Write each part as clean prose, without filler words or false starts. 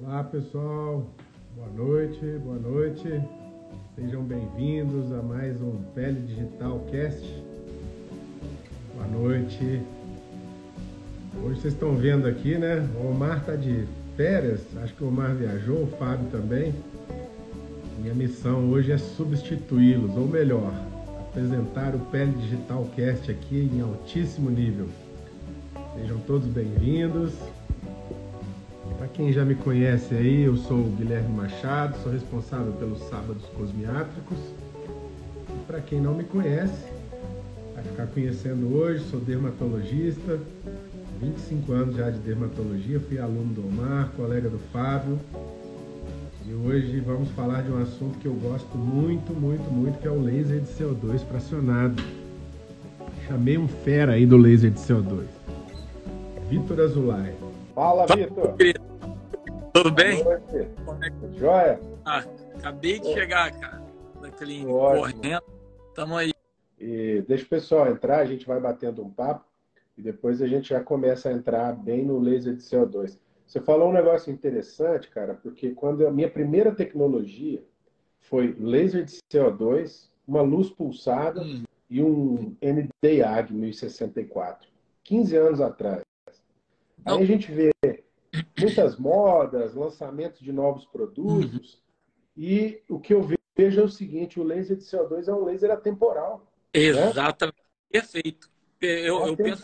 Olá pessoal, boa noite, boa noite. Sejam bem-vindos a mais um Pele Digital Cast. Boa noite. Hoje vocês estão vendo aqui, né? O Omar tá de férias, acho que o Omar viajou, o Fábio também. Minha missão hoje é substituí-los, ou melhor, apresentar o Pele Digital Cast aqui em altíssimo nível. Sejam todos bem-vindos. Para quem já me conhece aí, eu sou o Guilherme Machado, sou responsável pelos Sábados Cosmiátricos. E para quem não me conhece, vai ficar conhecendo hoje, sou dermatologista, 25 anos já de dermatologia, fui aluno do Omar, colega do Fábio. E hoje vamos falar de um assunto que eu gosto muito, que é o laser de CO2 fracionado. Chamei um fera aí do laser de CO2, Vitor Azulay. Fala, Vitor! Tudo bem? Tudo jóia? Acabei de chegar, cara, da clínica, correndo. Tamo aí. E deixa o pessoal entrar, a gente vai batendo um papo e depois a gente já começa a entrar bem no laser de CO2. Você falou um negócio interessante, cara, porque quando a minha primeira tecnologia foi laser de CO2, uma luz pulsada e um Nd:YAG 1064, 15 anos atrás. Aí a gente vê muitas modas, lançamentos de novos produtos, e o que eu vejo é o seguinte: o laser de CO2 é um laser atemporal. Exatamente, né? Perfeito. Eu penso,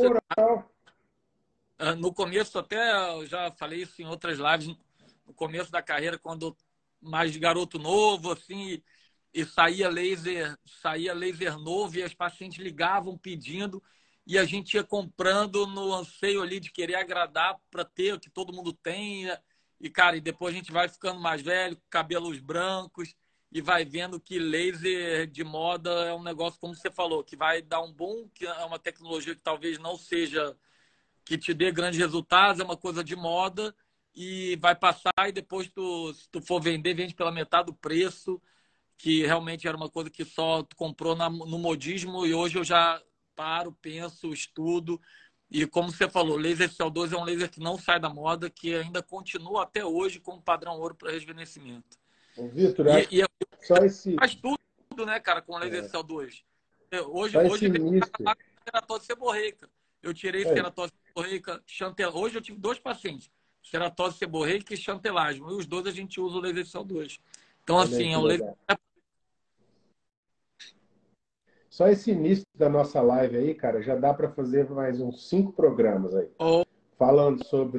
no começo, até eu já falei isso em outras lives, no começo da carreira, quando mais garoto novo, assim, e saía laser novo e as pacientes ligavam pedindo, e a gente ia comprando no anseio ali de querer agradar para ter o que todo mundo tem. E, cara, e depois a gente vai ficando mais velho, cabelos brancos, e vai vendo que laser de moda é um negócio, como você falou, que vai dar um boom, que é uma tecnologia que talvez não seja que te dê grandes resultados, é uma coisa de moda, e vai passar, e depois se tu for vender, vende pela metade do preço, que realmente era uma coisa que só tu comprou no modismo, e hoje eu já paro, penso, estudo. E como você falou, laser CO2 é um laser que não sai da moda, que ainda continua até hoje como padrão ouro para rejuvenescimento. Vitor, só esse... faz tudo, né, cara, com laser CO2. Hoje ceratose seborreica. Eu tirei ceratose seborreica, hoje eu tive 2 pacientes, ceratose seborreica e chantelasma. E os 2 a gente usa o laser CO2. Então, assim, é um laser... Só esse início da nossa live aí, cara, já dá para fazer mais uns 5 programas aí. Falando sobre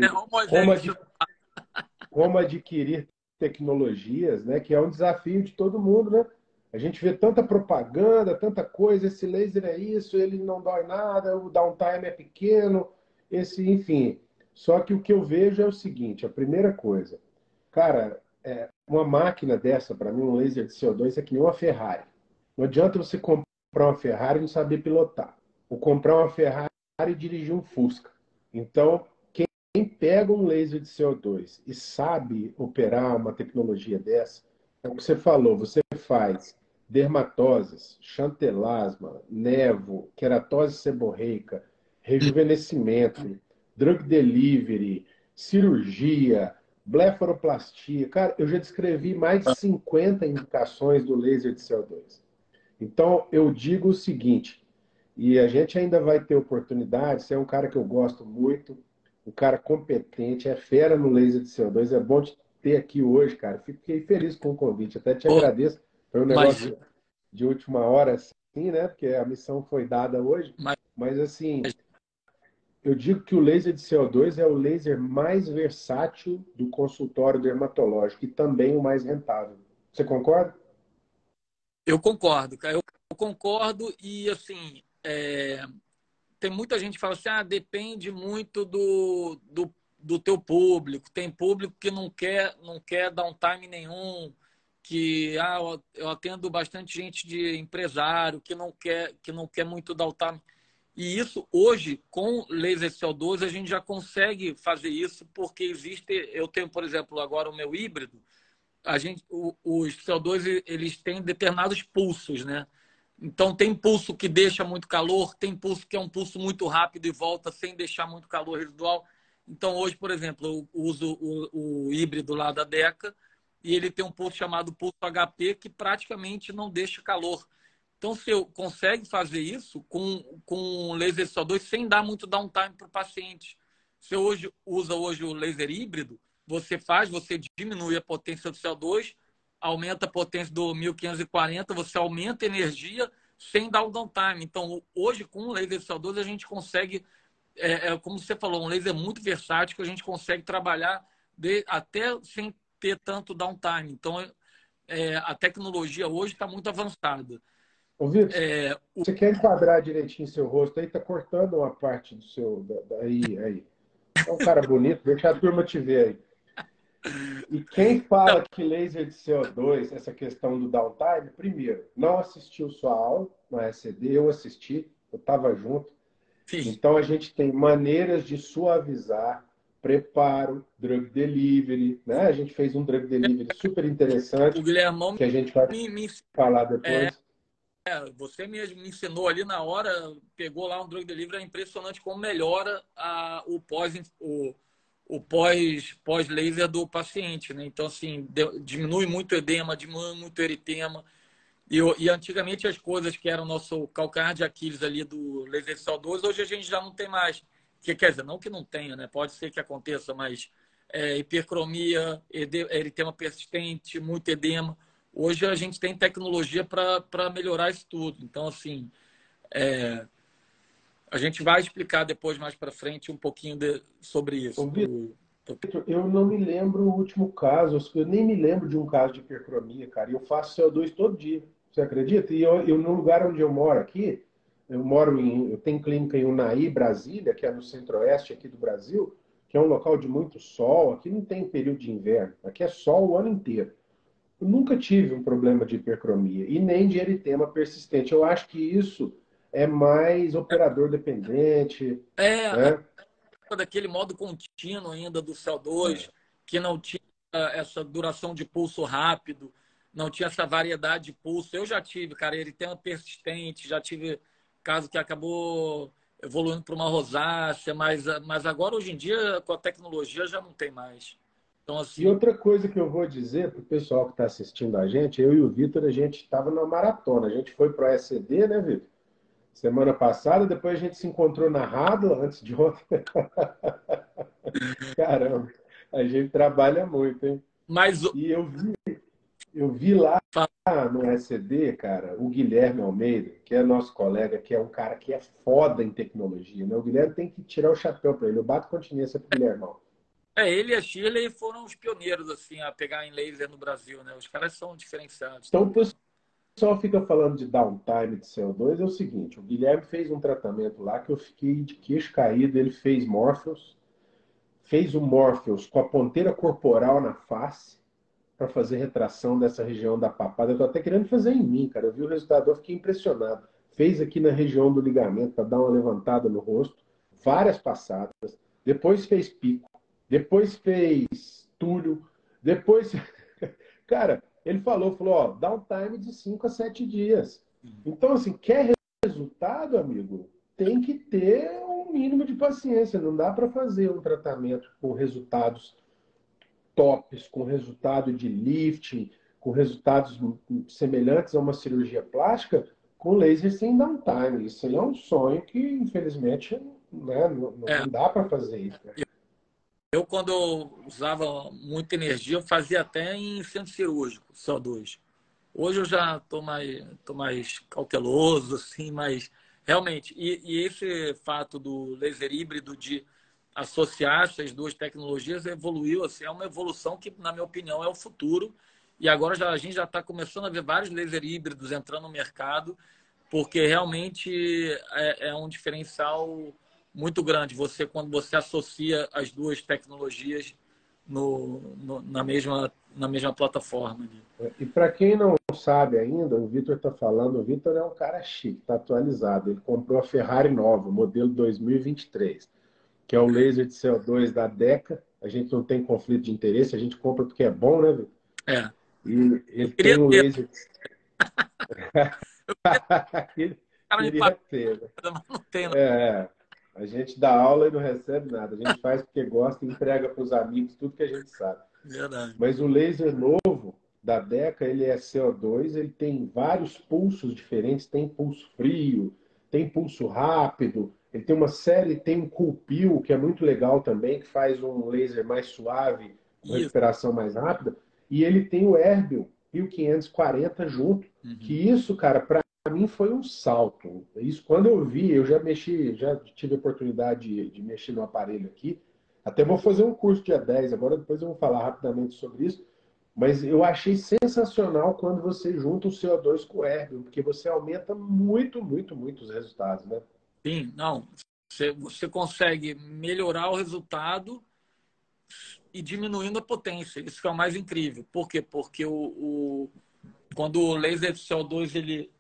como adquirir tecnologias, né? Que é um desafio de todo mundo, né? A gente vê tanta propaganda, tanta coisa, esse laser é isso, ele não dói nada, o downtime é pequeno, enfim. Só que o que eu vejo é o seguinte: a primeira coisa, cara, uma máquina dessa, para mim, um laser de CO2 é que nem uma Ferrari. Não adianta você comprar uma Ferrari e não saber pilotar, ou comprar uma Ferrari e dirigir um Fusca. Então, quem pega um laser de CO2 e sabe operar uma tecnologia dessa, é o que você falou, você faz dermatoses, chantelasma, nevo, queratose seborreica, rejuvenescimento, drug delivery, cirurgia, blefaroplastia. Cara, eu já descrevi mais de 50 indicações do laser de CO2. Então, eu digo o seguinte, e a gente ainda vai ter oportunidade, você é um cara que eu gosto muito, um cara competente, é fera no laser de CO2, é bom te ter aqui hoje, cara. Fiquei feliz com o convite, até te agradeço. Foi um negócio de última hora, assim, né? Porque a missão foi dada hoje. Mas, assim, eu digo que o laser de CO2 é o laser mais versátil do consultório dermatológico e também o mais rentável. Você concorda? Eu concordo, cara. Eu concordo e, assim, tem muita gente que fala assim, depende muito do teu público. Tem público que não quer downtime nenhum, que eu atendo bastante gente de empresário que não quer muito downtime. E isso, hoje, com laser CO2, a gente já consegue fazer isso, porque eu tenho, por exemplo, agora o meu híbrido, os CO2 eles têm determinados pulsos, né? Então tem pulso que deixa muito calor, tem pulso que é um pulso muito rápido e volta sem deixar muito calor residual. Então, hoje, por exemplo, eu uso o híbrido lá da Deca e ele tem um pulso chamado pulso HP que praticamente não deixa calor. Então, você consegue fazer isso com laser CO2 sem dar muito downtime para o paciente. Você usa hoje o laser híbrido, você diminui a potência do CO2, aumenta a potência do 1540, você aumenta a energia sem dar o downtime. Então, hoje, com o laser CO2, a gente consegue, como você falou, um laser muito versátil, que a gente consegue trabalhar até sem ter tanto downtime. Então, a tecnologia hoje está muito avançada. Ô, Vitor, você quer enquadrar direitinho seu rosto aí? Tá cortando uma parte do seu... Aí. É um cara bonito, deixa a turma te ver aí. E quem fala que laser de CO2, essa questão do downtime, primeiro, não assistiu sua aula no SCD, eu assisti, eu estava junto. Sim. Então a gente tem maneiras de suavizar, preparo, drug delivery, né? A gente fez um drug delivery super interessante, O Guilhermão que a gente vai falar depois. Você mesmo me ensinou ali na hora, pegou lá um drug delivery, é impressionante como melhora o pós-laser do paciente, né? Então, assim, diminui muito o edema, diminui muito o eritema. E antigamente as coisas que eram nosso calcanhar de Aquiles ali do laser CO2, hoje a gente já não tem mais. Quer dizer, não que não tenha, né? Pode ser que aconteça, mas hipercromia, eritema persistente, muito edema. Hoje a gente tem tecnologia para melhorar isso tudo. Então, assim, a gente vai explicar depois, mais para frente, um pouquinho sobre isso. Vitor, eu não me lembro o último caso, eu nem me lembro de um caso de hipercromia, cara. Eu faço CO2 todo dia, você acredita? E eu no lugar onde eu moro aqui, eu tenho clínica em Unai, Brasília, que é no centro-oeste aqui do Brasil, que é um local de muito sol. Aqui não tem período de inverno, aqui é sol o ano inteiro. Eu nunca tive um problema de hipercromia e nem de eritema persistente. Eu acho que isso é mais operador dependente, né? Daquele modo contínuo ainda do CO2, que não tinha essa duração de pulso rápido, não tinha essa variedade de pulso. Eu já tive, cara, eritema persistente, já tive caso que acabou evoluindo para uma rosácea, mas agora, hoje em dia, com a tecnologia, já não tem mais. Então, assim... E outra coisa que eu vou dizer para o pessoal que está assistindo a gente, eu e o Vitor, a gente estava na maratona. A gente foi para o SCD, né, Vitor? Semana passada, depois a gente se encontrou na Radla, antes de ontem. Caramba, a gente trabalha muito, hein? Mas E eu vi lá no SCD, cara, o Guilherme Almeida, que é nosso colega, que é um cara que é foda em tecnologia, né? O Guilherme tem que tirar o chapéu para ele. Eu bato continência pro Guilhermão. ele e a Shirley foram os pioneiros assim, a pegar em laser no Brasil, né? Os caras são diferenciados. Então, o pessoal fica falando de downtime de CO2, é o seguinte, o Guilherme fez um tratamento lá que eu fiquei de queixo caído, ele fez o Morpheus com a ponteira corporal na face, para fazer retração dessa região da papada. Eu tô até querendo fazer em mim, cara. Eu vi o resultado, eu fiquei impressionado. Fez aqui na região do ligamento para dar uma levantada no rosto, várias passadas. Depois fez pico, depois fez túlio, depois... Cara, ele falou, ó, dá um time de 5 a 7 dias. Então, assim, quer resultado, amigo? Tem que ter um mínimo de paciência. Não dá para fazer um tratamento com resultados tops, com resultado de lifting, com resultados semelhantes a uma cirurgia plástica, com laser sem downtime. Isso aí é um sonho que, infelizmente, né, não dá para fazer isso. Né? Eu, quando eu usava muita energia, eu fazia até em centro cirúrgico, CO2. Hoje eu já estou mais cauteloso, assim, mas realmente, e esse fato do laser híbrido de associar essas duas tecnologias evoluiu, assim, é uma evolução que, na minha opinião, é o futuro. E agora a gente já está começando a ver vários laser híbridos entrando no mercado, porque realmente é um diferencial muito grande. Quando você associa as duas tecnologias na mesma plataforma. E para quem não sabe ainda, o Vitor está falando, o Vitor é um cara chique, está atualizado. Ele comprou a Ferrari nova, modelo 2023, que é o laser de CO2 da Deca. A gente não tem conflito de interesse, a gente compra porque é bom, né, Vitor? E ele tem o laser... Queria ter, né? Mas não tem, não. A gente dá aula e não recebe nada. A gente faz porque gosta e entrega para os amigos tudo que a gente sabe. Verdade. Mas o laser novo da Deca, ele é CO2, ele tem vários pulsos diferentes, tem pulso frio, tem pulso rápido, ele tem uma série, tem um Cool Peel, que é muito legal também, que faz um laser mais suave, com Isso. recuperação mais rápida, e ele tem o Erbium 1540 junto, que isso, cara, para mim foi um salto. Isso quando eu vi, eu já mexi, já tive a oportunidade de mexer no aparelho aqui, até vou fazer um curso dia 10 agora depois eu vou falar rapidamente sobre isso. Mas eu achei sensacional quando você junta o CO2 com o Erbium, porque você aumenta muito, muito, muito os resultados, né? Sim, não. Você consegue melhorar o resultado e diminuindo a potência. Isso que é o mais incrível. Por quê? Porque quando o laser de CO2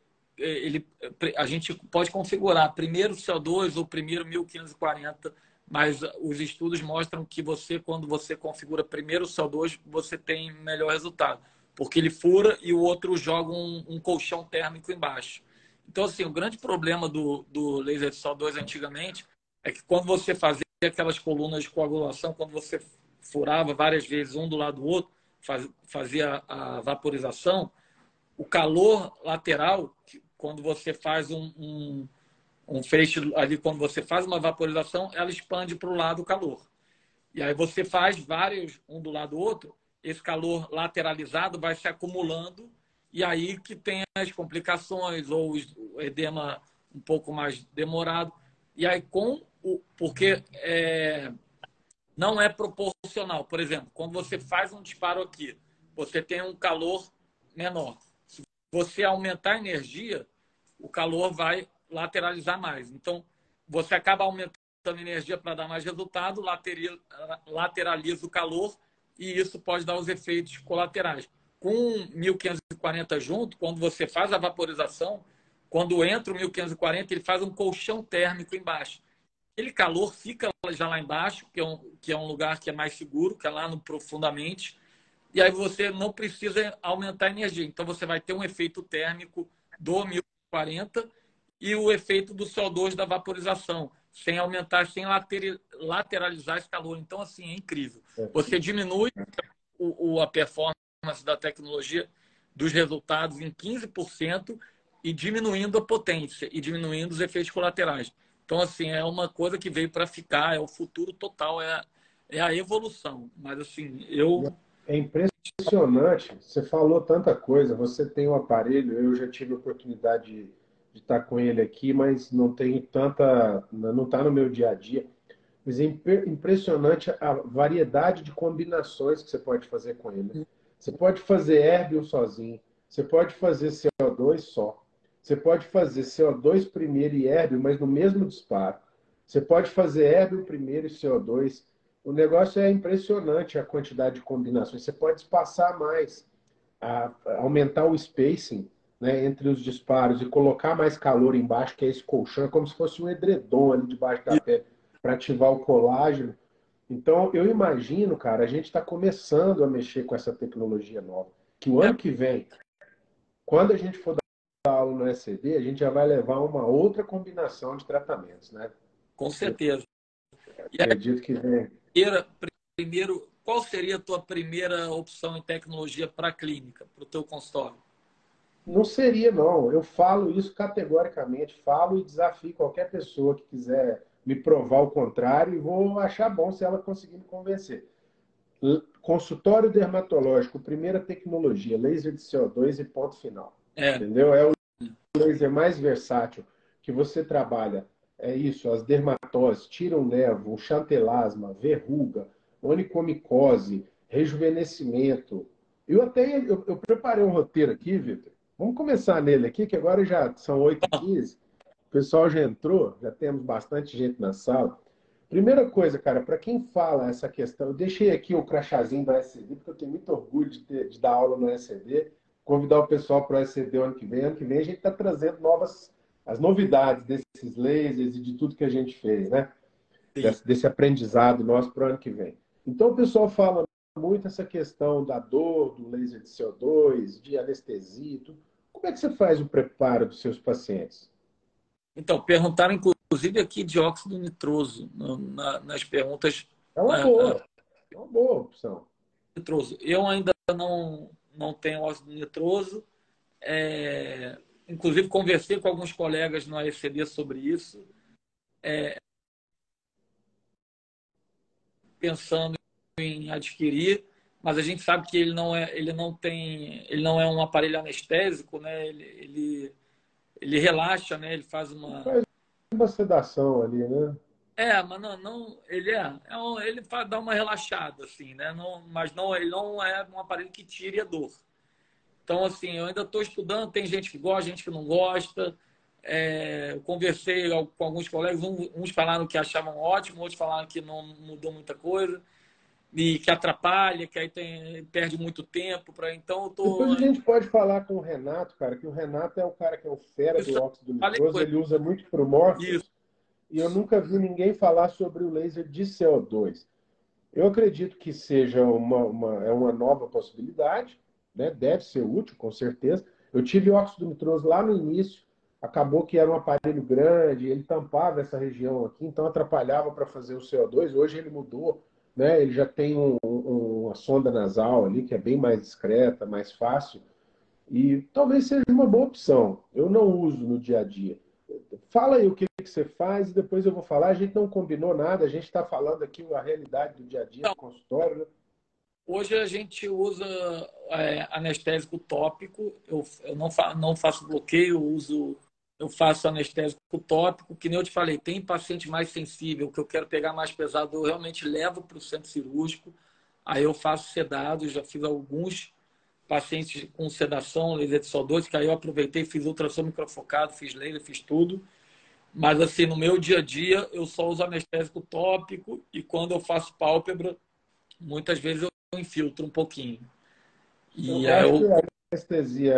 a gente pode configurar primeiro o CO2 ou primeiro 1540, mas os estudos mostram que quando você configura primeiro o CO2, você tem melhor resultado, porque ele fura e o outro joga um colchão térmico embaixo. Então, assim, o grande problema do laser de CO2 antigamente é que quando você fazia aquelas colunas de coagulação, quando você furava várias vezes um do lado do outro, fazia a vaporização, o calor lateral, quando você faz um feixe ali, quando você faz uma vaporização, ela expande para o lado o calor. E aí você faz vários, um do lado do outro, esse calor lateralizado vai se acumulando, e aí que tem as complicações, ou o edema um pouco mais demorado. E aí, porque não é proporcional. Por exemplo, quando você faz um disparo aqui, você tem um calor menor. Se você aumentar a energia, o calor vai lateralizar mais. Então, você acaba aumentando a energia para dar mais resultado, lateraliza o calor e isso pode dar os efeitos colaterais. Com 1540 junto, quando você faz a vaporização, quando entra o 1540, ele faz um colchão térmico embaixo. Aquele calor fica já lá embaixo, que é um lugar que é mais seguro, que é lá no profundamente, e aí você não precisa aumentar a energia. Então, você vai ter um efeito térmico do 1040 e o efeito do CO2 da vaporização, sem aumentar, sem lateralizar esse calor. Então, assim, é incrível. Você diminui a performance da tecnologia, dos resultados em 15% e diminuindo a potência e diminuindo os efeitos colaterais. Então, assim, é uma coisa que veio para ficar, é o futuro total, é a evolução. Mas, assim, É impressionante. Você falou tanta coisa. Você tem o aparelho, eu já tive a oportunidade de estar com ele aqui, mas não tenho tanta. Não está no meu dia a dia. Mas é impressionante a variedade de combinações que você pode fazer com ele. Você pode fazer Erbium sozinho, você pode fazer CO2 só. Você pode fazer CO2 primeiro e Erbium, mas no mesmo disparo. Você pode fazer Erbium primeiro e CO2. O negócio é impressionante a quantidade de combinações. Você pode espaçar mais, aumentar o spacing, né, entre os disparos e colocar mais calor embaixo, que é esse colchão, é como se fosse um edredom ali debaixo da pele para ativar o colágeno. Então, eu imagino, cara, a gente está começando a mexer com essa tecnologia nova. Que o ano que vem, quando a gente for dar aula no SCD, a gente já vai levar uma outra combinação de tratamentos, né? com certeza. E aí, Acredito que vem. primeiro, qual seria a tua primeira opção em tecnologia para a clínica, para o teu consultório? Não seria, não. Eu falo isso categoricamente, falo e desafio qualquer pessoa que quiser me provar o contrário e vou achar bom se ela conseguir me convencer. Consultório dermatológico, primeira tecnologia, laser de CO2 e ponto final. É, Entendeu? É o laser mais versátil que você trabalha. É isso, as dermatoses, tira o nevo, o chantelasma, verruga, onicomicose, rejuvenescimento. Eu preparei um roteiro aqui, Vitor. Vamos começar nele aqui, que agora já são 8h15. O pessoal já entrou, já temos bastante gente na sala. Primeira coisa, cara, para quem fala essa questão, eu deixei aqui o crachazinho do SCD, porque eu tenho muito orgulho de dar aula no SCD, convidar o pessoal para o SCD o ano que vem. Ano que vem a gente está trazendo as novidades desses lasers e de tudo que a gente fez, né? sim. Desse aprendizado nosso para o ano que vem. Então o pessoal fala muito essa questão da dor, do laser de CO2, de anestesia, tudo. Como é que você faz o preparo dos seus pacientes? Então, perguntaram, inclusive aqui dióxido nitroso nas perguntas. É uma boa. É uma boa opção. Nitroso. Eu ainda não tenho óxido nitroso. Inclusive, conversei com alguns colegas no AECD sobre isso, pensando em adquirir, mas a gente sabe que ele não é um aparelho anestésico, né? Ele relaxa, né? Ele faz Faz uma sedação ali, né? mas ele dá uma relaxada, assim, né? Mas ele não é um aparelho que tire a dor. Então, assim, eu ainda estou estudando, tem gente que gosta, gente que não gosta. Eu conversei com alguns colegas, uns falaram que achavam ótimo, outros falaram que não mudou muita coisa e que atrapalha, que aí perde muito tempo. Então, eu Depois tô. a gente pode falar com o Renato, cara, que o Renato é o cara que é o fera Isso, do óxido falei com nitroso, ele. ele usa muito para o Isso. Morpheus, e eu nunca vi ninguém falar sobre o laser de CO2. Eu acredito que seja uma nova possibilidade, né? Deve ser útil, com certeza. Eu tive óxido nitroso lá no início, acabou que era um aparelho grande, ele tampava essa região aqui, então atrapalhava para fazer o CO2. Hoje ele mudou, né? Ele já tem uma sonda nasal ali, que é bem mais discreta, mais fácil, e talvez seja uma boa opção. Eu não uso no dia a dia. Fala aí o que você faz e depois eu vou falar. A gente não combinou nada, a gente está falando aqui a realidade do dia a dia Então, do consultório, né? hoje a gente usa anestésico tópico. Eu não faço bloqueio, eu faço anestésico tópico, que nem eu te falei, tem paciente mais sensível, que eu quero pegar mais pesado, eu realmente levo para o centro cirúrgico, aí eu faço sedado, já fiz alguns pacientes com sedação, laser de SO2, que aí eu aproveitei, fiz ultrassom microfocado, fiz laser, fiz tudo. Mas assim, no meu dia a dia, eu só uso anestésico tópico e quando eu faço pálpebra, muitas vezes eu infiltro um pouquinho. E Eu aí acho que a anestesia,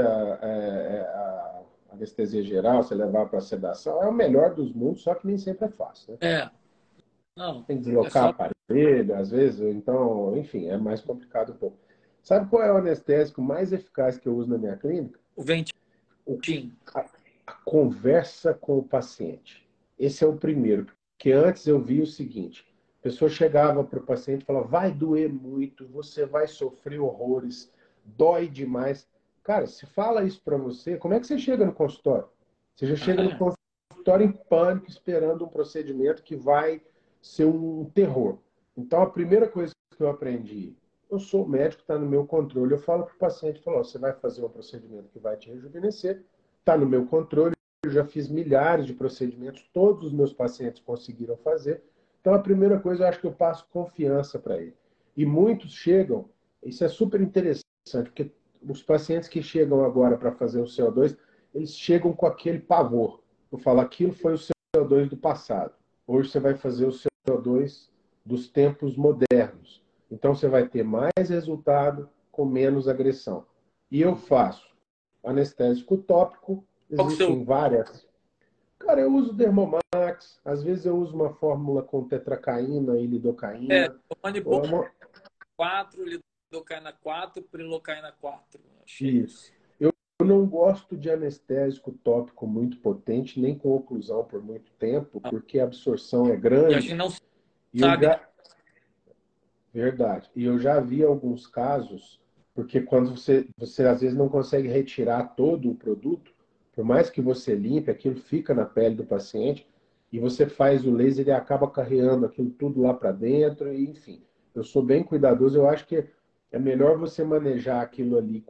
a anestesia geral, você levar para sedação, é o melhor dos mundos, só que nem sempre é fácil, né? não, Tem que é deslocar só aparelho, às vezes, então, enfim, é mais complicado um pouco. Sabe qual é o anestésico mais eficaz que eu uso na minha clínica? o O ventinho. a conversa com o paciente. Esse é o primeiro. Porque antes eu vi o seguinte: a pessoa chegava para o paciente e falava, vai doer muito, você vai sofrer horrores, dói demais. Cara, se fala isso para você, como é que você chega no consultório? Você já chega no consultório em pânico, esperando um procedimento que vai ser um terror. Então, a primeira coisa que eu aprendi, eu sou médico, está no meu controle, eu falo para o paciente, falo, você vai fazer um procedimento que vai te rejuvenescer, está no meu controle, eu já fiz milhares de procedimentos, todos os meus pacientes conseguiram fazer. Então, a primeira coisa, eu acho que eu passo confiança para ele. E muitos chegam, isso é super interessante, porque os pacientes que chegam agora para fazer o CO2, eles chegam com aquele pavor. Eu falo, aquilo foi o CO2 do passado. Hoje você vai fazer o CO2 dos tempos modernos. Então, você vai ter mais resultado com menos agressão. E eu faço anestésico tópico, Qual que você existem várias. Cara, eu uso Dermomax, às vezes eu uso uma fórmula com tetracaína e lidocaína. o Manipur 4, lidocaína 4, prilocaína 4. Achei Isso. isso. Eu não gosto de anestésico tópico muito potente, nem com oclusão por muito tempo, porque a absorção é E a gente grande. não E eu sabe, né? já. Verdade. E eu já vi alguns casos, porque quando você às vezes não consegue retirar todo o produto, por mais que você limpe, aquilo fica na pele do paciente, e você faz o laser e acaba carreando aquilo tudo lá para dentro, e enfim. Eu sou bem cuidadoso, eu acho que é melhor você manejar aquilo ali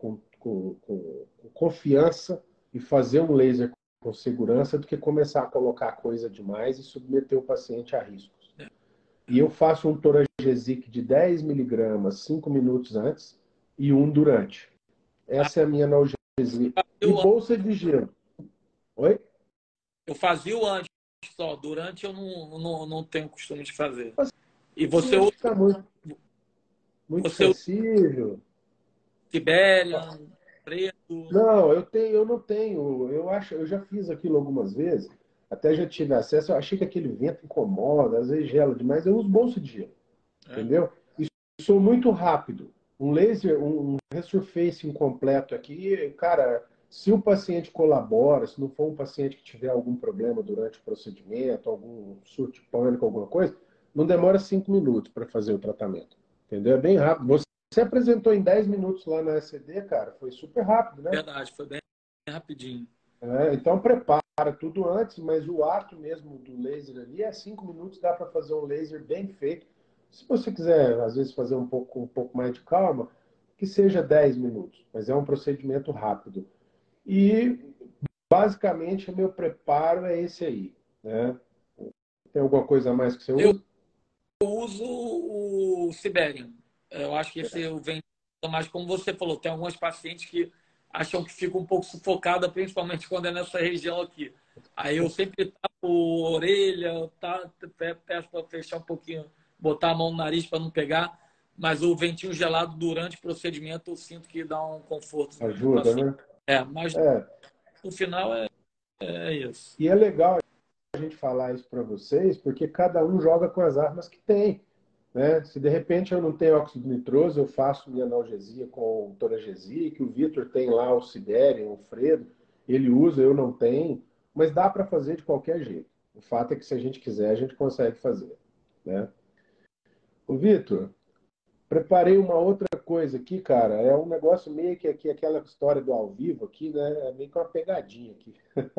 com confiança e fazer um laser com segurança do que começar a colocar coisa demais e submeter o paciente a riscos. E eu faço um Toragesic de 10 miligramas 5 minutos antes e um durante. Essa é a minha analgesia. E Eu, bolsa de gelo. Oi? eu fazia o antes só, durante eu não tenho costume de fazer. O E paciente fica muito você usa sensível. Siberian, preto. Não, eu não tenho. Eu já fiz aquilo algumas vezes. Até já tive acesso. Eu achei que aquele vento incomoda, às vezes gela demais. Eu uso bolsa de gelo. Né? Entendeu? E sou muito rápido. Um laser, um resurface incompleto aqui, cara, Se o paciente colabora, se não for um paciente que tiver algum problema durante o procedimento, algum surto de pânico, alguma coisa, não demora 5 minutos para fazer o tratamento. Entendeu? É bem rápido. Você apresentou em 10 minutos lá na SCD, cara, foi super rápido, né? Verdade, foi bem rapidinho. Então prepara tudo antes, mas o ato mesmo do laser ali é 5 minutos, dá para fazer um laser bem feito. Se você quiser, às vezes, fazer um pouco mais de calma, que seja 10 minutos, mas é um procedimento rápido. E basicamente o meu preparo é esse aí, né? Tem alguma coisa a mais que você usa? Eu uso o Siberian. Eu acho que esse vem mais, como você falou, tem alguns pacientes que acham que fica um pouco sufocada, principalmente quando é nessa região aqui. Aí eu sempre tapo a orelha, peço para fechar um pouquinho, botar a mão no nariz para não pegar, mas o ventinho gelado durante o procedimento eu sinto que dá um conforto no Ajuda, paciente. né? Mas É. no final é isso. E é legal a gente falar isso para vocês, porque cada um joga com as armas que tem. Né? Se de repente eu não tenho óxido nitroso, eu faço minha analgesia com toragesia, que o Vitor tem lá o Siberian, o Fredo, ele usa, eu não tenho, mas dá para fazer de qualquer jeito. O fato é que se a gente quiser, a gente consegue fazer. Né? O Vitor, preparei uma outra coisa aqui, cara. É um negócio meio que aqui, aquela história do ao vivo aqui, né? É meio que uma pegadinha aqui.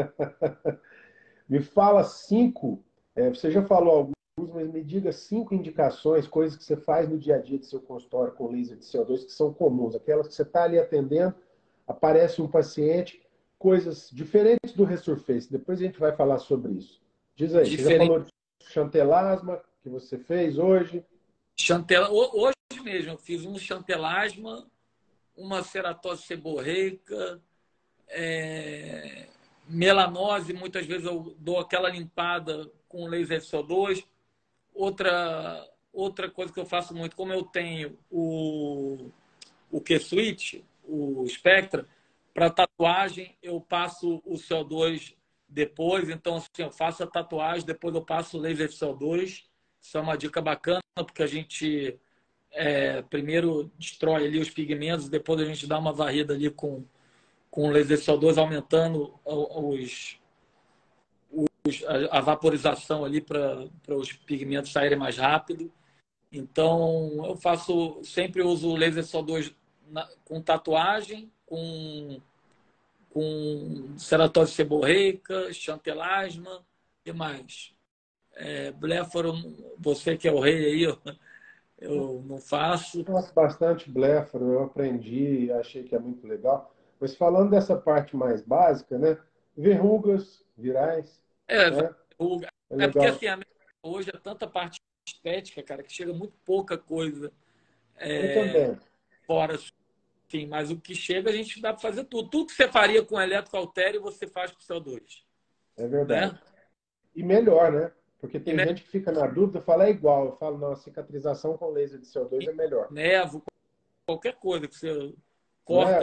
Me fala cinco, você já falou alguns, mas me diga cinco indicações, coisas que você faz no dia a dia do seu consultório com laser de CO2 que são comuns, aquelas que você está ali atendendo, aparece um paciente, coisas diferentes do Resurface. Depois a gente vai falar sobre isso. Diz aí, você já Diferente. falou de chantelasma que você fez hoje? Hoje mesmo eu fiz um chantelasma, uma ceratose seborreica, melanose, muitas vezes eu dou aquela limpada com laser CO2. Outra coisa que eu faço muito, como eu tenho o Q-Switch, o Spectra, para tatuagem eu passo o CO2 depois, então assim, eu faço a tatuagem, depois eu passo o laser CO2. Isso é uma dica bacana, porque a gente primeiro destrói ali os pigmentos, depois a gente dá uma varrida ali com o laser CO2, aumentando a vaporização ali para os pigmentos saírem mais rápido. Então, sempre uso o laser CO2 com tatuagem, com ceratose seborreica, chantelasma e mais. Bléfaro, você que é o rei aí, eu não faço. Eu faço bastante blefaro, eu aprendi, achei que é muito legal. Mas falando dessa parte mais básica, né? Verrugas virais, É, né? É porque legal. assim, hoje é tanta parte estética, cara, que chega muito pouca coisa Eu também, fora, assim, mas o que chega a gente dá para fazer tudo. Tudo que você faria com eletro-haltério, você faz com CO2, é verdade. né? E melhor, né? Porque E tem gente que fica na dúvida, fala é igual. Eu falo, não, a cicatrização com laser de CO2 é melhor. nevo, qualquer coisa que você Não é? corta.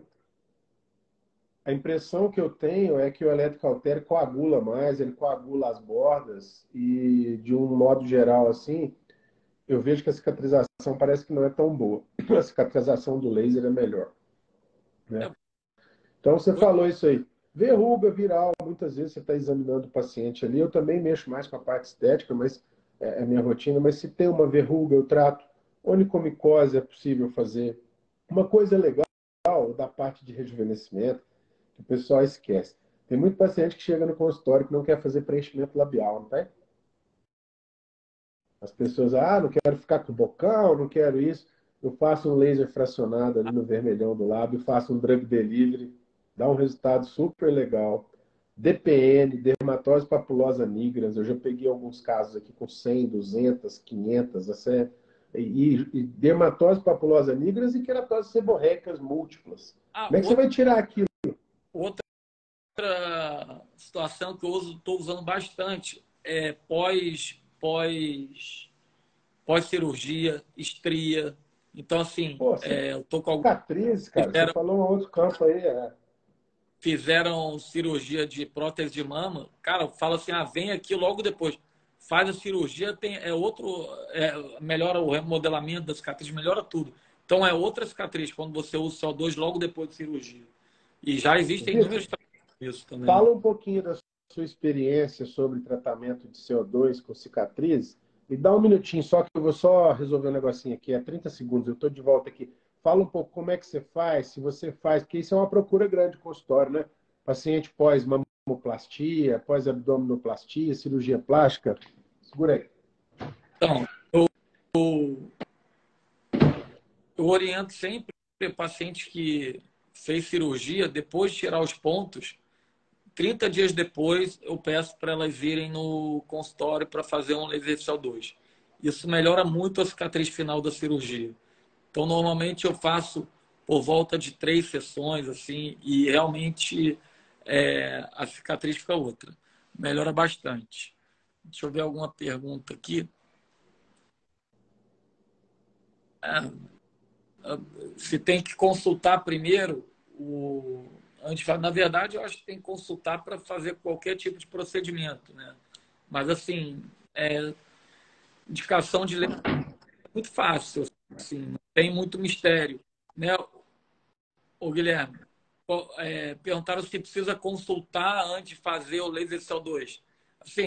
A impressão que eu tenho é que o elétrico haltério coagula mais, ele coagula as bordas e, de um modo geral, assim, eu vejo que a cicatrização parece que não é tão boa. A cicatrização do laser é melhor, né? Então, você falou isso aí. Verruga viral, muitas vezes você está examinando o paciente ali. Eu também mexo mais com a parte estética, mas é minha rotina. Mas se tem uma verruga, eu trato. Onicomicose é possível fazer. Uma coisa legal da parte de rejuvenescimento, que o pessoal esquece. Tem muito paciente que chega no consultório que não quer fazer preenchimento labial, não tem? As pessoas, não quero ficar com bocão, não quero isso. Eu faço um laser fracionado ali no vermelhão do lábio, faço um drug delivery, dá um resultado super legal. DPN, dermatose papulosa nigrans, eu já peguei alguns casos aqui com 100, 200, 500, assim, e dermatose papulosa nigrans e queratose seborreicas múltiplas. Como é que você vai tirar aquilo? Outra situação que eu estou usando bastante é pós-cirurgia, estria. Então, assim, Pô, eu tô com alguns cicatriz, que cara, você falou um outro campo aí, fizeram cirurgia de prótese de mama. Cara, fala assim, vem aqui logo depois. Faz a cirurgia, melhora o remodelamento da cicatriz, melhora tudo. Então, é outra cicatriz quando você usa CO2 logo depois de cirurgia. E já existem Vitor, inúmeros trabalhos nisso também. fala um pouquinho da sua experiência sobre tratamento de CO2 com cicatriz. Me dá um minutinho só que eu vou só resolver um negocinho aqui. É 30 segundos, eu estou de volta aqui. Fala um pouco como é que você faz, se você faz, porque isso é uma procura grande de consultório, né? Paciente pós-mamoplastia, pós-abdominoplastia, cirurgia plástica. Segura aí. Então, eu oriento sempre pacientes que fez cirurgia, depois de tirar os pontos, 30 dias depois eu peço para elas irem no consultório para fazer um laser CO2. Isso melhora muito a cicatriz final da cirurgia. Então, normalmente eu faço por volta de 3 sessões, assim, e realmente a cicatriz fica outra. Melhora bastante. Deixa eu ver alguma pergunta aqui. Se tem que consultar primeiro na verdade, eu acho que tem que consultar para fazer qualquer tipo de procedimento, né? Mas assim, indicação de laser é muito fácil, assim, não tem muito mistério, né? O Guilherme, perguntaram se precisa consultar antes de fazer o laser CO2. Assim,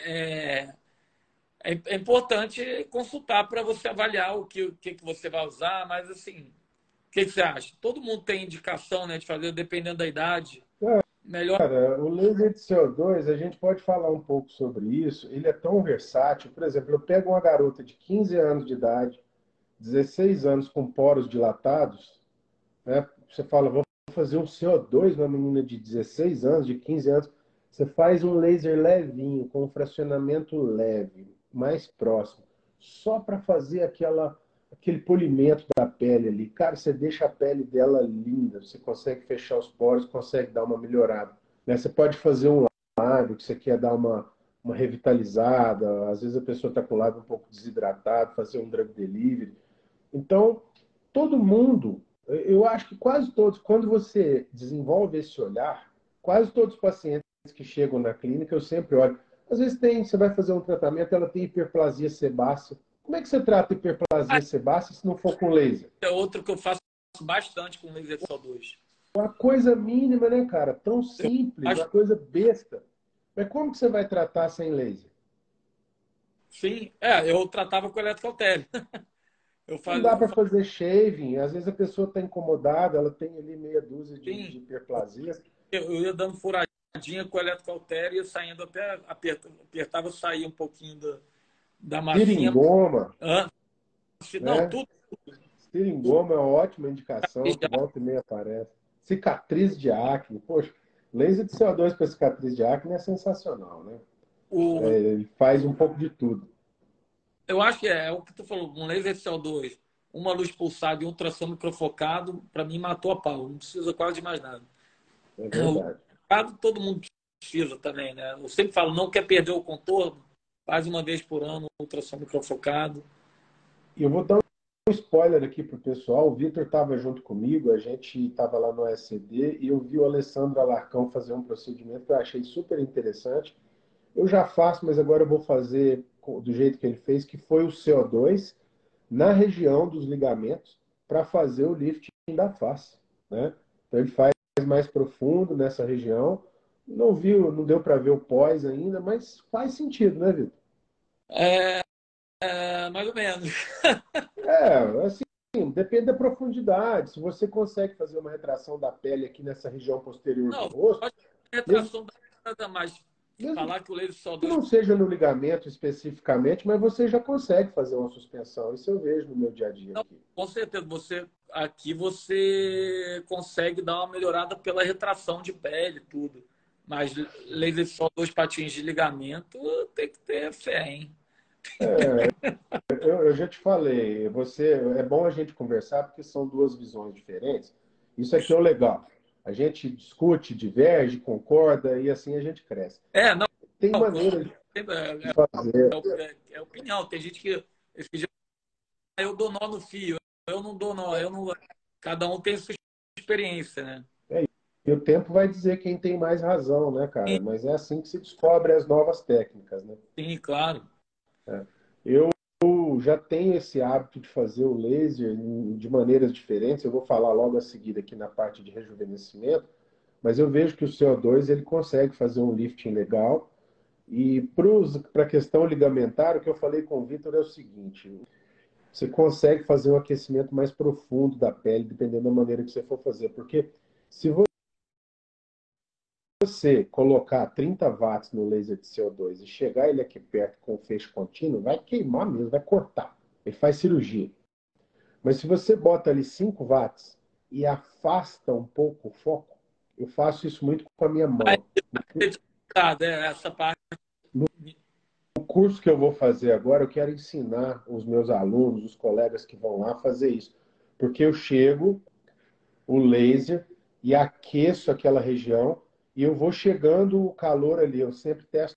é importante consultar para você avaliar o que você vai usar, mas assim, o que você acha? Todo mundo tem indicação, né, de fazer, dependendo da idade. Melhor. Cara, o laser de CO2, a gente pode falar um pouco sobre isso. Ele é tão versátil. Por exemplo, eu pego uma garota de 15 anos de idade, 16 anos com poros dilatados, né? Você fala, vou fazer um CO2 numa menina de 16 anos, de 15 anos. Você faz um laser levinho, com um fracionamento leve, mais próximo, só para fazer aquele polimento da pele ali. Cara, você deixa a pele dela linda, você consegue fechar os poros, consegue dar uma melhorada. Né? Você pode fazer um lábio, que você quer dar uma revitalizada, às vezes a pessoa está com o lábio um pouco desidratado, fazer um drug delivery. Então, todo mundo, eu acho que quase todos, quando você desenvolve esse olhar, quase todos os pacientes que chegam na clínica, eu sempre olho. Às vezes você vai fazer um tratamento, ela tem hiperplasia sebácea. Como é que você trata hiperplasia sebácea se não for com laser? É outro que eu faço bastante com laser CO2. Uma coisa mínima, né, cara? Tão Eu simples, uma acho, coisa besta. Mas como que você vai tratar sem laser? sim, eu tratava com eletrocautério. Eu Não fazia, dá para fazer shaving. Às vezes a pessoa está incomodada, ela tem ali meia dúzia de sim, hiperplasias. eu ia dando furadinha com eletrocautério, ia saindo até apertava, saía um pouquinho da massinha. Seringoma, Não, né? tudo, tudo. Seringoma é uma ótima indicação, que volta e meia aparece. Cicatriz de acne. Poxa, laser de CO2 para cicatriz de acne é sensacional, né? O, Ele faz um pouco de tudo. eu acho que é o que tu falou, um laser de CO2, uma luz pulsada e um ultrassom microfocado, para mim matou a pau. Não precisa quase de mais nada. É O verdade. focado todo mundo precisa também, né? Eu sempre falo, não quer perder o contorno, faz uma vez por ano um ultrassom microfocado. E eu vou dar um spoiler aqui para o pessoal. O Vitor estava junto comigo, a gente estava lá no SCD e eu vi o Alessandro Alarcão fazer um procedimento que eu achei super interessante. Eu já faço, mas agora eu vou fazer do jeito que ele fez, que foi o CO2 na região dos ligamentos para fazer o lifting da face, né? Então ele faz mais profundo nessa região. Não viu, não deu para ver o pós ainda, mas faz sentido, né, Vitor? Mais ou menos. É, assim, depende da profundidade. Se você consegue fazer uma retração da pele aqui nessa região posterior do Não, rosto, pode ter mesmo, retração da nada mais. mesmo Falar que o laser que CO2. não seja no ligamento especificamente, mas você já consegue fazer uma suspensão. Isso eu vejo no meu dia a dia Não, aqui. com certeza, aqui você consegue dar uma melhorada pela retração de pele, tudo. Mas laser CO2 para atingir ligamento tem que ter fé, hein? Eu já te falei, é bom a gente conversar porque são duas visões diferentes. Isso aqui é o legal. A gente discute, diverge, concorda e assim a gente cresce. Não, Tem não, maneiras de é, fazer. é opinião. Tem gente que esse dia, eu dou nó no fio, eu não dou nó, eu não. Cada um tem sua experiência, né? E o tempo vai dizer quem tem mais razão, né, Sim, cara? Mas é assim que se descobre as novas técnicas, né? sim, claro. Eu já tenho esse hábito de fazer o laser de maneiras diferentes. Eu vou falar logo a seguir aqui na parte de rejuvenescimento. mas eu vejo que o CO2 ele consegue fazer um lifting legal. E para a questão ligamentar, o que eu falei com o Vitor é o seguinte: você consegue fazer um aquecimento mais profundo da pele, dependendo da maneira que você for fazer. Porque se você colocar 30 watts no laser de CO2 e chegar ele aqui perto com o feixe contínuo, vai queimar mesmo, vai cortar. Ele faz cirurgia. Mas se você bota ali 5 watts e afasta um pouco o foco, eu faço isso muito com a minha Aí, mão. essa parte. O curso que eu vou fazer agora, eu quero ensinar os meus alunos, os colegas que vão lá a fazer isso. Porque eu chego, o laser, e aqueço aquela região, e eu vou chegando o calor ali. Eu sempre testo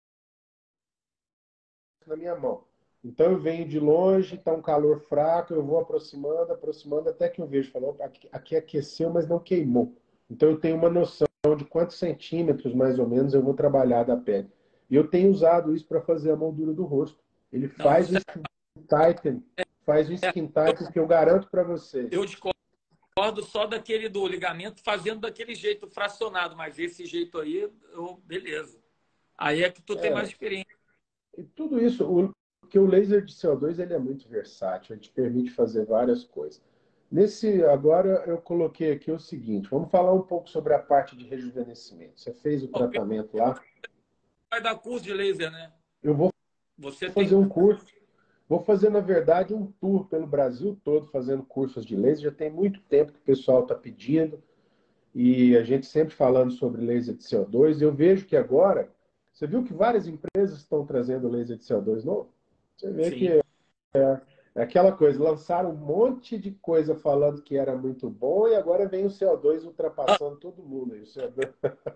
na minha mão. Então eu venho de longe, está um calor fraco, eu vou aproximando, aproximando, até que eu vejo, falou, aqui aqueceu, mas não queimou. Então eu tenho uma noção de quantos centímetros, mais ou menos, eu vou trabalhar da pele. E eu tenho usado isso para fazer a moldura do rosto. Ele Não, faz o skin tighten, faz o skin tighten que eu garanto para vocês. eu discordo só daquele do ligamento fazendo daquele jeito fracionado, mas esse jeito aí, beleza. Aí é que tu tem mais experiência. E tudo isso, porque o laser de CO2 ele é muito versátil, ele te permite fazer várias coisas. Agora eu coloquei aqui o seguinte, vamos falar um pouco sobre a parte de rejuvenescimento. Você fez o tratamento lá? Vai dar curso de laser, né? Eu vou Você fazer tem. um curso, vou fazer, na verdade, um tour pelo Brasil todo fazendo cursos de laser. Já tem muito tempo que o pessoal está pedindo e a gente sempre falando sobre laser de CO2. Eu vejo que agora, você viu que várias empresas estão trazendo laser de CO2 novo? Você vê Sim. que é aquela coisa, lançaram um monte de coisa falando que era muito bom e agora vem o CO2 ultrapassando todo mundo. E o CO2...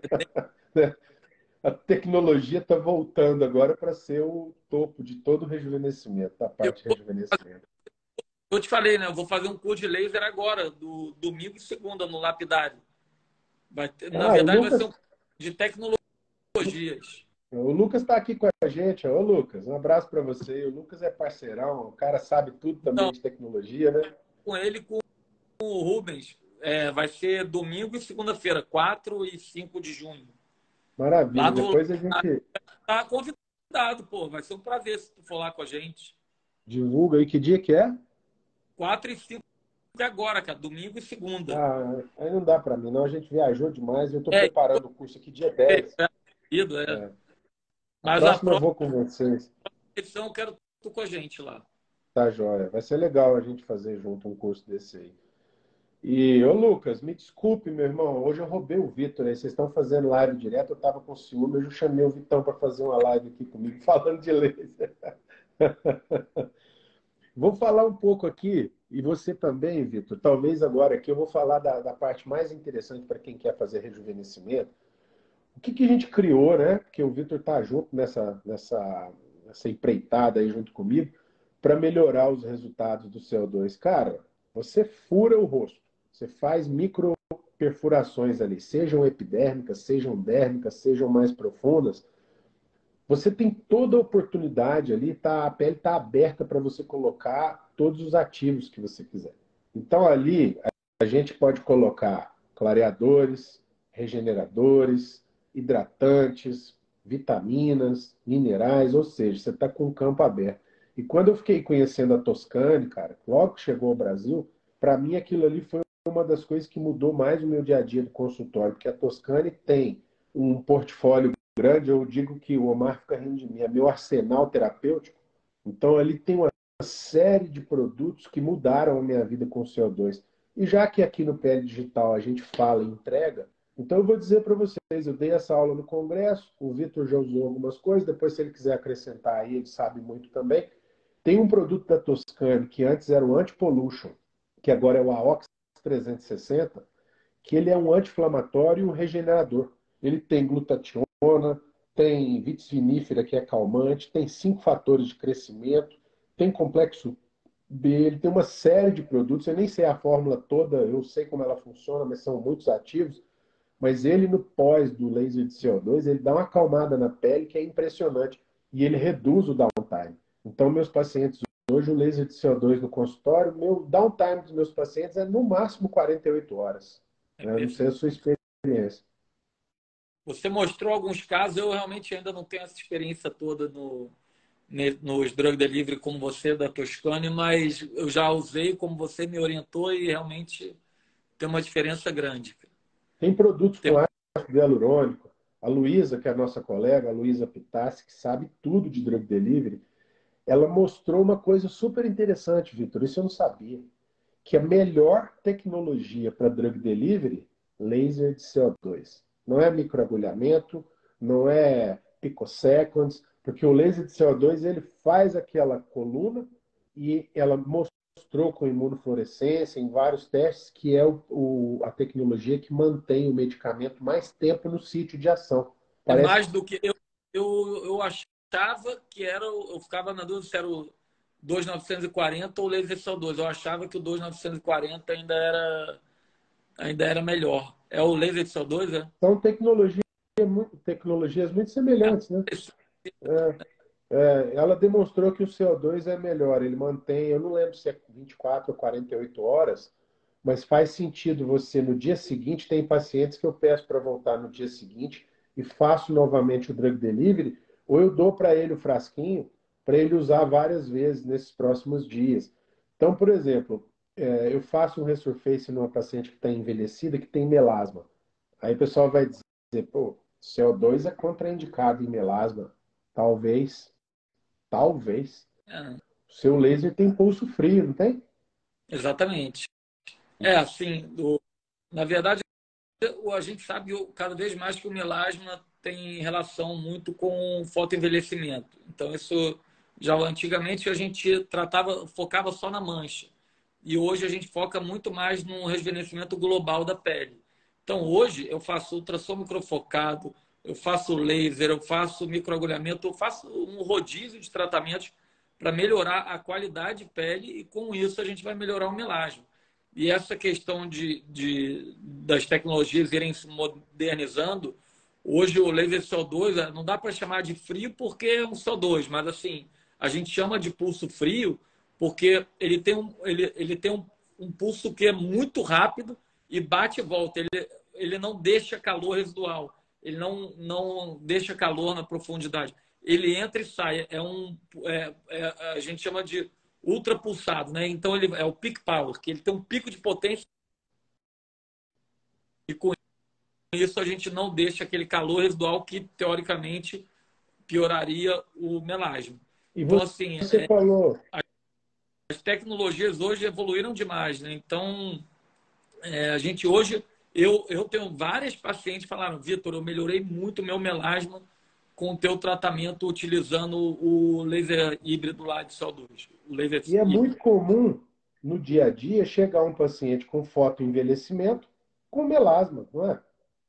A tecnologia está voltando agora para ser o topo de todo o rejuvenescimento, da Eu, parte de rejuvenescimento. eu te falei, né? Eu vou fazer um curso de laser agora, do domingo e segunda, no Lapidário. Na Ah, verdade, vai ser um curso de tecnologias. O Lucas está aqui com a gente. Ô, Lucas, um abraço para você. O Lucas é parceirão, o cara sabe tudo também Então, de tecnologia, né? com ele, com o Rubens, vai ser domingo e segunda-feira, 4 e 5 de junho. Lá Maravilha. no Depois a gente tá convidado, pô. Vai ser um prazer se tu for lá com a gente. divulga aí que dia que é. 4 e 5 de agora, cara. Domingo e segunda. Ah, aí não dá para mim, não. A gente viajou demais. Eu estou É, preparando o curso aqui dia 10. é. A Mas a próxima eu próxima vou com vocês. edição eu quero tu com a gente lá. Tá, joia. Vai ser legal a gente fazer junto um curso desse aí. E, ô Lucas, me desculpe, meu irmão. Hoje eu roubei o Vitor aí. Vocês estão fazendo live direto, eu estava com ciúme. Eu já chamei o Vitão para fazer uma live aqui comigo, falando de laser. Vou falar um pouco aqui, e você também, Vitor. Talvez agora aqui eu vou falar da parte mais interessante para quem quer fazer rejuvenescimento. O que a gente criou, né? Porque o Vitor está junto nessa empreitada aí junto comigo, para melhorar os resultados do CO2. Cara, você fura o rosto, você faz micro perfurações ali, sejam epidérmicas, sejam dérmicas, sejam mais profundas. Você tem toda a oportunidade ali, tá, a pele está aberta para você colocar todos os ativos que você quiser. Então ali a gente pode colocar clareadores, regeneradores, hidratantes, vitaminas, minerais, ou seja, você está com o campo aberto. E quando eu fiquei conhecendo a Toscane, cara, logo que chegou ao Brasil, para mim aquilo ali foi uma das coisas que mudou mais o meu dia a dia do consultório, porque a Toscane tem um portfólio grande. Eu digo que o Omar fica rindo de mim, é meu arsenal terapêutico. Então ali tem uma série de produtos que mudaram a minha vida com o CO2. E já que aqui no PL Digital a gente fala em entrega, então eu vou dizer para vocês, eu dei essa aula no congresso, o Vitor já usou algumas coisas, depois se ele quiser acrescentar aí, ele sabe muito também. Tem um produto da Toscane que antes era o Anti-Pollution, que agora é o AOX 360, que ele é um anti-inflamatório e um regenerador. Ele tem glutationa, tem vitis vinífera, que é calmante, tem 5 fatores de crescimento, tem complexo B, ele tem uma série de produtos. Eu nem sei a fórmula toda, eu sei como ela funciona, mas são muitos ativos. Mas ele, no pós do laser de CO2, ele dá uma acalmada na pele que é impressionante. E ele reduz o downtime. Então, meus pacientes, hoje o laser de CO2 no consultório, meu downtime dos meus pacientes é no máximo 48 horas. Eu não sei a sua experiência. experiência. Você mostrou alguns casos, eu realmente ainda não tenho essa experiência toda nos drug delivery como você da Toscane, mas eu já usei como você me orientou e realmente tem uma diferença grande. Tem produtos Tem... com ácido hialurônico. A Luísa, que é a nossa colega, a Luísa Pitassi, que sabe tudo de drug delivery, ela mostrou uma coisa super interessante, Vitor, isso eu não sabia, que a melhor tecnologia para drug delivery, laser de CO2. Não é microagulhamento, não é picoseconds, porque o laser de CO2 ele faz aquela coluna e ela mostrou com imunofluorescência em vários testes que é a tecnologia que mantém o medicamento mais tempo no sítio de ação. É Parece mais do que eu achava que era, eu ficava na dúvida se era o 2940 ou o laser CO2. Eu achava que o 2940 ainda era melhor. É o laser de CO2, é? são tecnologias muito semelhantes, né? Ela demonstrou que o CO2 é melhor, ele mantém, eu não lembro se é 24 ou 48 horas, mas faz sentido você no dia seguinte, tem pacientes que eu peço para voltar no dia seguinte e faço novamente o drug delivery, ou eu dou para ele o frasquinho para ele usar várias vezes nesses próximos dias. Então, por exemplo, eu faço um resurface numa paciente que está envelhecida, que tem melasma. Aí o pessoal vai dizer, pô, CO2 é contraindicado em melasma. Talvez. Talvez. É, O seu laser tem pulso frio, não tem? exatamente. É assim, na verdade, a gente sabe cada vez mais que o melasma tem relação muito com o fotoenvelhecimento. Então, isso já antigamente a gente focava só na mancha. E hoje a gente foca muito mais no rejuvenescimento global da pele. Então, hoje eu faço ultrassom microfocado, eu faço laser, eu faço microagulhamento, eu faço um rodízio de tratamentos para melhorar a qualidade de pele e com isso a gente vai melhorar o melasma. E essa questão das tecnologias irem se modernizando, hoje o laser CO2 não dá para chamar de frio porque é um CO2, mas assim, a gente chama de pulso frio porque ele tem um pulso que é muito rápido e bate e volta. Ele não deixa calor residual, ele não deixa calor na profundidade. Ele entra e sai. A gente chama de ultrapulsado, né? Então ele é o peak power, que ele tem um pico de potência e com isso a gente não deixa aquele calor residual que teoricamente pioraria o melasma. E Então assim, você falou, as tecnologias hoje evoluíram demais, né? Então a gente hoje eu tenho várias pacientes que falaram, Vitor, eu melhorei muito o meu melasma com o teu tratamento utilizando o laser híbrido lá de CO2. O laser e é híbrido. muito comum no dia a dia chegar um paciente com fotoenvelhecimento com melasma, não é?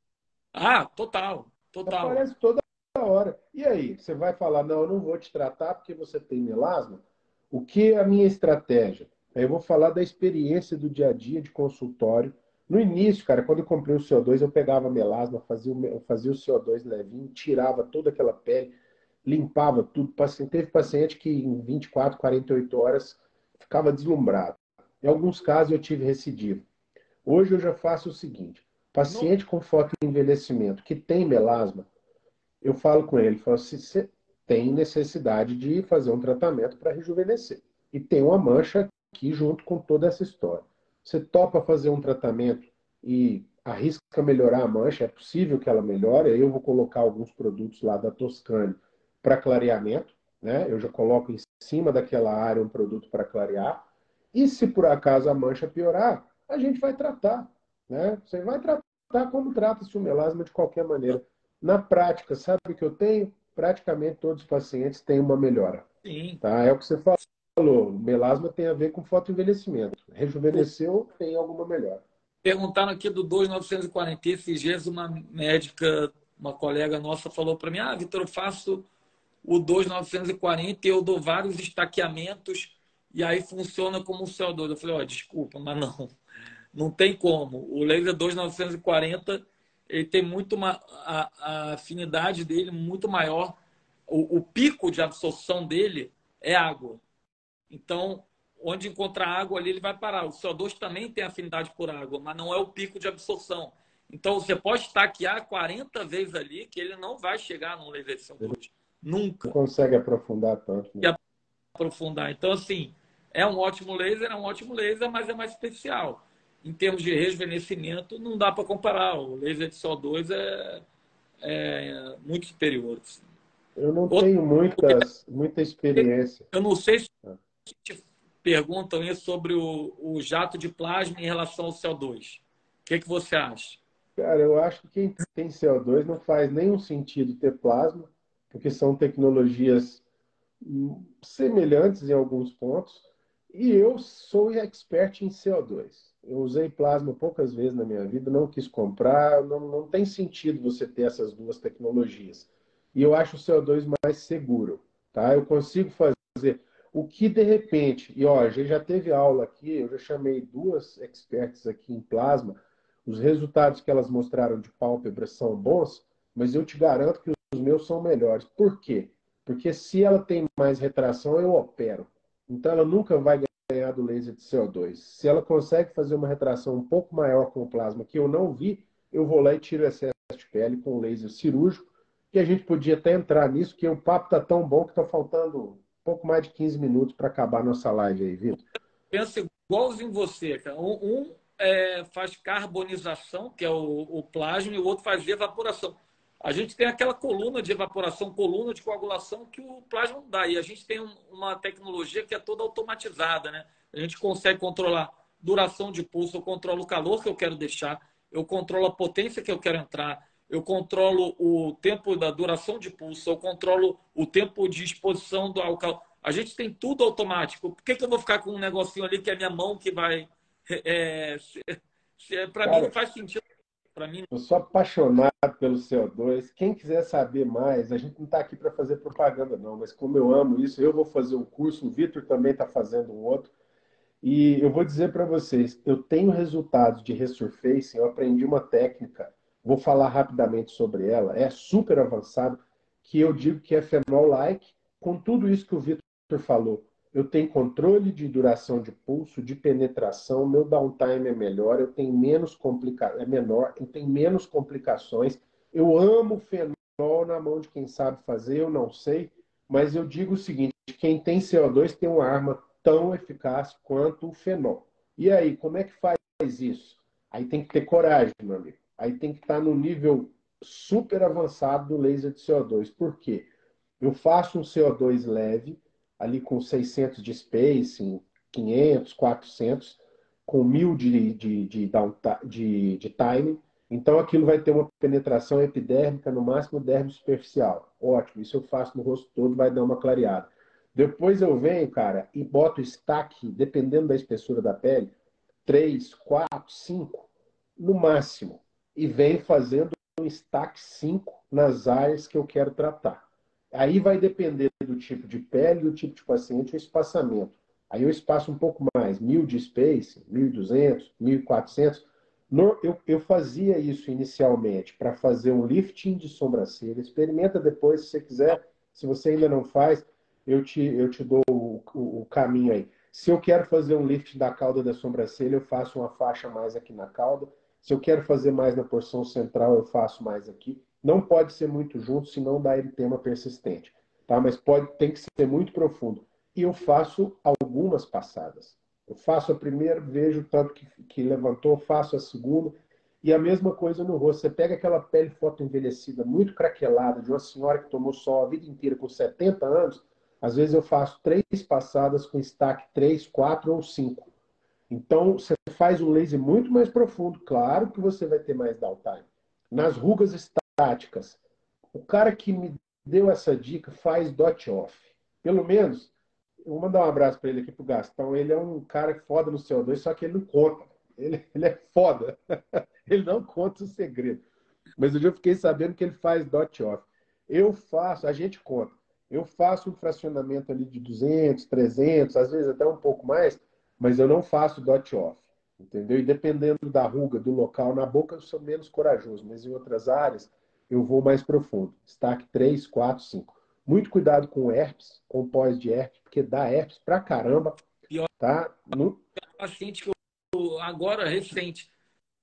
Ah, total, total. Aparece toda hora. E aí, você vai falar, não, eu não vou te tratar porque você tem melasma? O que é a minha estratégia? Aí eu vou falar da experiência do dia a dia de consultório. No início, cara, quando eu comprei o CO2, eu pegava melasma, fazia o CO2 levinho, tirava toda aquela pele, limpava tudo. Teve paciente que em 24, 48 horas ficava deslumbrado. Em alguns casos eu tive recidivo. Hoje eu já faço o seguinte: Não, paciente com fotoenvelhecimento que tem melasma, eu falo com ele, falo assim, você tem necessidade de fazer um tratamento para rejuvenescer. E tem uma mancha aqui junto com toda essa história. Você topa fazer um tratamento e arrisca melhorar a mancha, é possível que ela melhore, aí eu vou colocar alguns produtos lá da Toscane para clareamento, né? Eu já coloco em cima daquela área um produto para clarear. E se por acaso a mancha piorar, a gente vai tratar, né? Você vai tratar como trata-se o melasma de qualquer maneira. Na prática, sabe o que eu tenho? Praticamente todos os pacientes têm uma melhora. sim. Tá? É o que você falou. O melasma tem a ver com fotoenvelhecimento. Rejuvenesceu, tem alguma melhora. Perguntaram aqui do 2940. Esses dias uma médica, uma colega nossa falou para mim, ah, Vitor, eu faço o 2940 e eu dou vários estaqueamentos e aí funciona como um CO2. Eu falei, ó, desculpa, mas não tem como. O laser 2940 ele tem a afinidade dele muito maior. O pico de absorção dele é água. Então, onde encontrar água ali, ele vai parar. O CO2 também tem afinidade por água, mas não é o pico de absorção. Então, você pode estaquear 40 vezes ali que ele não vai chegar num laser de CO2. Não Nunca. consegue aprofundar tanto, E né? aprofundar. Então, assim, é um ótimo laser, mas é mais especial. Em termos de rejuvenescimento, não dá para comparar. O laser de CO2 é muito superior. Assim. Eu não Outra, tenho muita experiência. eu não sei se te perguntam isso sobre o jato de plasma em relação ao CO2. O que você acha? Cara, eu acho que quem tem CO2 não faz nenhum sentido ter plasma, porque são tecnologias semelhantes em alguns pontos. E eu sou expert em CO2. Eu usei plasma poucas vezes na minha vida, não quis comprar, não tem sentido você ter essas duas tecnologias. E eu acho o CO2 mais seguro, tá? Eu consigo fazer o que de repente, e ó, a gente já teve aula aqui, eu já chamei duas experts aqui em plasma, os resultados que elas mostraram de pálpebra são bons, mas eu te garanto que os meus são melhores. Por quê? Porque se ela tem mais retração, eu opero. Então ela nunca vai ganhar do laser de CO2. Se ela consegue fazer uma retração um pouco maior com o plasma que eu não vi, eu vou lá e tiro o excesso de pele com o laser cirúrgico, que a gente podia até entrar nisso, que o papo tá tão bom que tá faltando um pouco mais de 15 minutos para acabar a nossa live aí, Vitor. Pensa igualzinho você, cara. Faz carbonização, que é o plasma, e o outro faz evaporação. A gente tem aquela coluna de evaporação, coluna de coagulação que o plasma não dá. E a gente tem uma tecnologia que é toda automatizada, né? A gente consegue controlar duração de pulso, eu controlo o calor que eu quero deixar, eu controlo a potência que eu quero entrar, eu controlo o tempo da duração de pulso, eu controlo o tempo de exposição do álcool. A gente tem tudo automático. Por que eu vou ficar com um negocinho ali que é a minha mão que vai. Para mim não Cara, faz sentido. Para mim, eu sou apaixonado pelo CO2. Quem quiser saber mais, a gente não está aqui para fazer propaganda, não, mas como eu amo isso, eu vou fazer um curso, o Vitor também está fazendo um outro. E eu vou dizer para vocês, eu tenho resultados de resurfacing, eu aprendi uma técnica, vou falar rapidamente sobre ela, é super avançado, que eu digo que é fenol-like, com tudo isso que o Vitor falou. Eu tenho controle de duração de pulso, de penetração, meu downtime é melhor, eu tenho é menor, eu tenho menos complicações. Eu amo fenol na mão de quem sabe fazer, eu não sei, mas eu digo o seguinte, quem tem CO2 tem uma arma tão eficaz quanto o fenol. E aí, como é que faz isso? Aí tem que ter coragem, meu amigo. Aí tem que estar no nível super avançado do laser de CO2. Por quê? Eu faço um CO2 leve, ali com 600 de spacing, 500, 400, com 1000 de time. Então aquilo vai ter uma penetração epidérmica, no máximo derme superficial. Ótimo, isso eu faço no rosto todo, vai dar uma clareada. Depois eu venho, cara, e boto stack, dependendo da espessura da pele, 3, 4, 5, no máximo. E venho fazendo um stack 5 nas áreas que eu quero tratar. Aí vai depender do tipo de pele, do tipo de paciente, o espaçamento. Aí eu espaço um pouco mais, 1000 de space, 1200, 1400. Eu fazia isso inicialmente para fazer um lifting de sobrancelha. Experimenta depois, se você quiser. Se você ainda não faz, eu te dou o caminho aí. Se eu quero fazer um lift da cauda da sobrancelha, eu faço uma faixa mais aqui na cauda. Se eu quero fazer mais na porção central, eu faço mais aqui. Não pode ser muito junto, senão dá eritema persistente. Tá? Mas tem que ser muito profundo. E eu faço algumas passadas. Eu faço a primeira, vejo o tanto que levantou, faço a segunda. E a mesma coisa no rosto. Você pega aquela pele fotoenvelhecida, muito craquelada, de uma senhora que tomou sol a vida inteira com 70 anos, às vezes eu faço 3 passadas com stack 3, 4 ou 5. Então, você faz um laser muito mais profundo. Claro que você vai ter mais downtime. Nas rugas estáticas, o cara que me deu essa dica faz dot off. Pelo menos, eu vou mandar um abraço para ele aqui, pro Gastão. Ele é um cara foda no CO2, só que ele não conta. Ele é foda. Ele não conta o segredo. Mas eu já fiquei sabendo que ele faz dot off. Eu faço, a gente conta. Eu faço um fracionamento ali de 200, 300, às vezes até um pouco mais, mas eu não faço dot off. Entendeu? E dependendo da ruga, do local, na boca eu sou menos corajoso, mas em outras áreas eu vou mais profundo. Stack 3, 4, 5. Muito cuidado com herpes, com pós de herpes, porque dá herpes pra caramba, pior tá? No... paciente que agora recente.